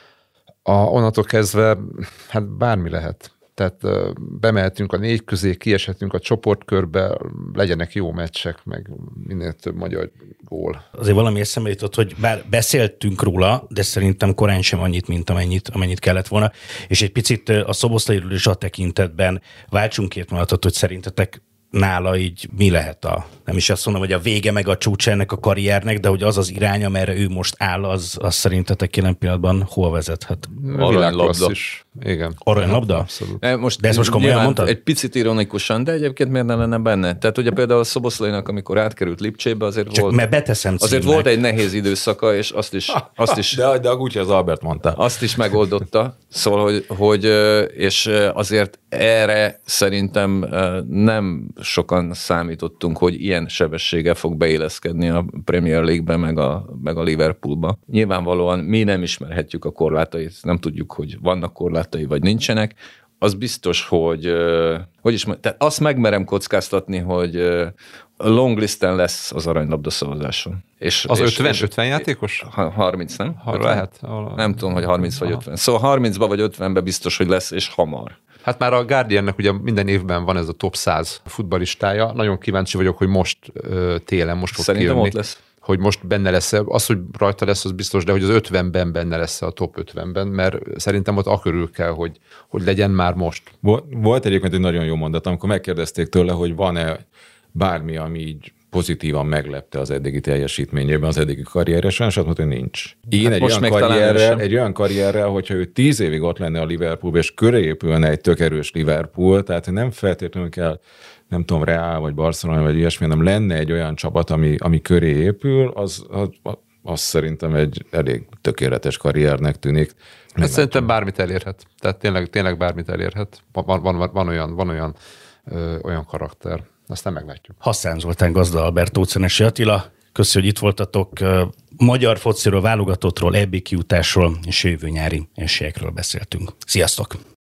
[SPEAKER 4] A, onnantól kezdve, hát bármi lehet. Tehát bemehetünk a négy közé, kieshetünk a csoportkörbe, legyenek jó meccsek, meg minél több magyar gól.
[SPEAKER 1] Azért valami eszembe jutott, hogy bár beszéltünk róla, de szerintem korán sem annyit, mint amennyit, amennyit kellett volna, és egy picit a Szoboszlairól is a tekintetben váltsunk két mondatot, hogy szerintetek nála így mi lehet a, nem is azt mondom, hogy a vége meg a csúcs ennek a karriernek, de hogy az az irány, amerre ő most áll, az, az szerintetek jelen pillanatban hol vezethet?
[SPEAKER 2] Aranylabda.
[SPEAKER 4] Igen.
[SPEAKER 1] Aranylabda?
[SPEAKER 4] Abszolút.
[SPEAKER 2] Most,
[SPEAKER 1] de ezt most komolyan mondtad?
[SPEAKER 2] Egy picit ironikusan, de egyébként miért ne lenne benne? Tehát ugye például a Szoboszlainak, amikor átkerült Lipcsébe, azért
[SPEAKER 1] Csak
[SPEAKER 2] volt...
[SPEAKER 1] mert beteszem
[SPEAKER 2] azért volt egy nehéz időszaka, és azt is... Azt is
[SPEAKER 3] de, de a Gucci az Albert mondta.
[SPEAKER 2] Azt is megoldotta. Szóval, hogy, hogy és azért erre szerintem nem sokan számítottunk, hogy ilyen sebességgel fog beilleszkedni a Premier League-be, meg a, meg a Liverpoolba. Nyilvánvalóan mi nem ismerhetjük a korlátait, nem tudjuk, hogy vannak korlátai, vagy nincsenek. Az biztos, hogy, hogy is, tehát azt megmerem kockáztatni, hogy longlisten lesz az aranylabda szavazáson. És,
[SPEAKER 4] az
[SPEAKER 2] és,
[SPEAKER 4] ötven, ötven játékos?
[SPEAKER 2] harminc, nem?
[SPEAKER 4] Ha
[SPEAKER 2] ötven?
[SPEAKER 4] Lehet.
[SPEAKER 2] Nem tudom, hogy harminc vagy ötven. Szóval harmincba vagy ötvenbe biztos, hogy lesz, és hamar.
[SPEAKER 4] Hát már a Guardiannek ugye minden évben van ez a top száz futballistája. Nagyon kíváncsi vagyok, hogy most télen, most fog
[SPEAKER 2] Szerintem
[SPEAKER 4] kijönni.
[SPEAKER 2] Ott lesz.
[SPEAKER 4] Hogy most benne lesz, az, hogy rajta lesz, az biztos, de hogy az ötvenben benne lesz a top ötvenben, mert szerintem ott akörül kell, hogy, hogy legyen már most.
[SPEAKER 3] Volt egyébként egy nagyon jó mondat, amikor megkérdezték tőle, hogy van-e bármi, ami így pozitívan meglepte az eddigi teljesítményében, az eddigi karrieresen, és azt mondta, hogy nincs. Én hát egy, olyan karrierrel, egy olyan karrierrel, hogyha ő tíz évig ott lenne a Liverpoolban, és köré épülne egy tök erős Liverpool, tehát nem feltétlenül kell, nem tudom, Real, vagy Barcelona, vagy ilyesmi, hanem lenne egy olyan csapat, ami, ami köré épül, az, az, az szerintem egy elég tökéletes karriernek tűnik.
[SPEAKER 4] Hát szerintem bármit elérhet. Tehát tényleg, tényleg bármit elérhet. Van, van, van olyan, van olyan, ö, olyan karakter. Aztán meglátjuk.
[SPEAKER 1] Hasszán Zoltán, Gazda Albert, Tóth Attila. Köszönjük, hogy itt voltatok. Magyar fociról, válogatottról, é bé kijutásról és jövő nyári esélyekről beszéltünk. Sziasztok!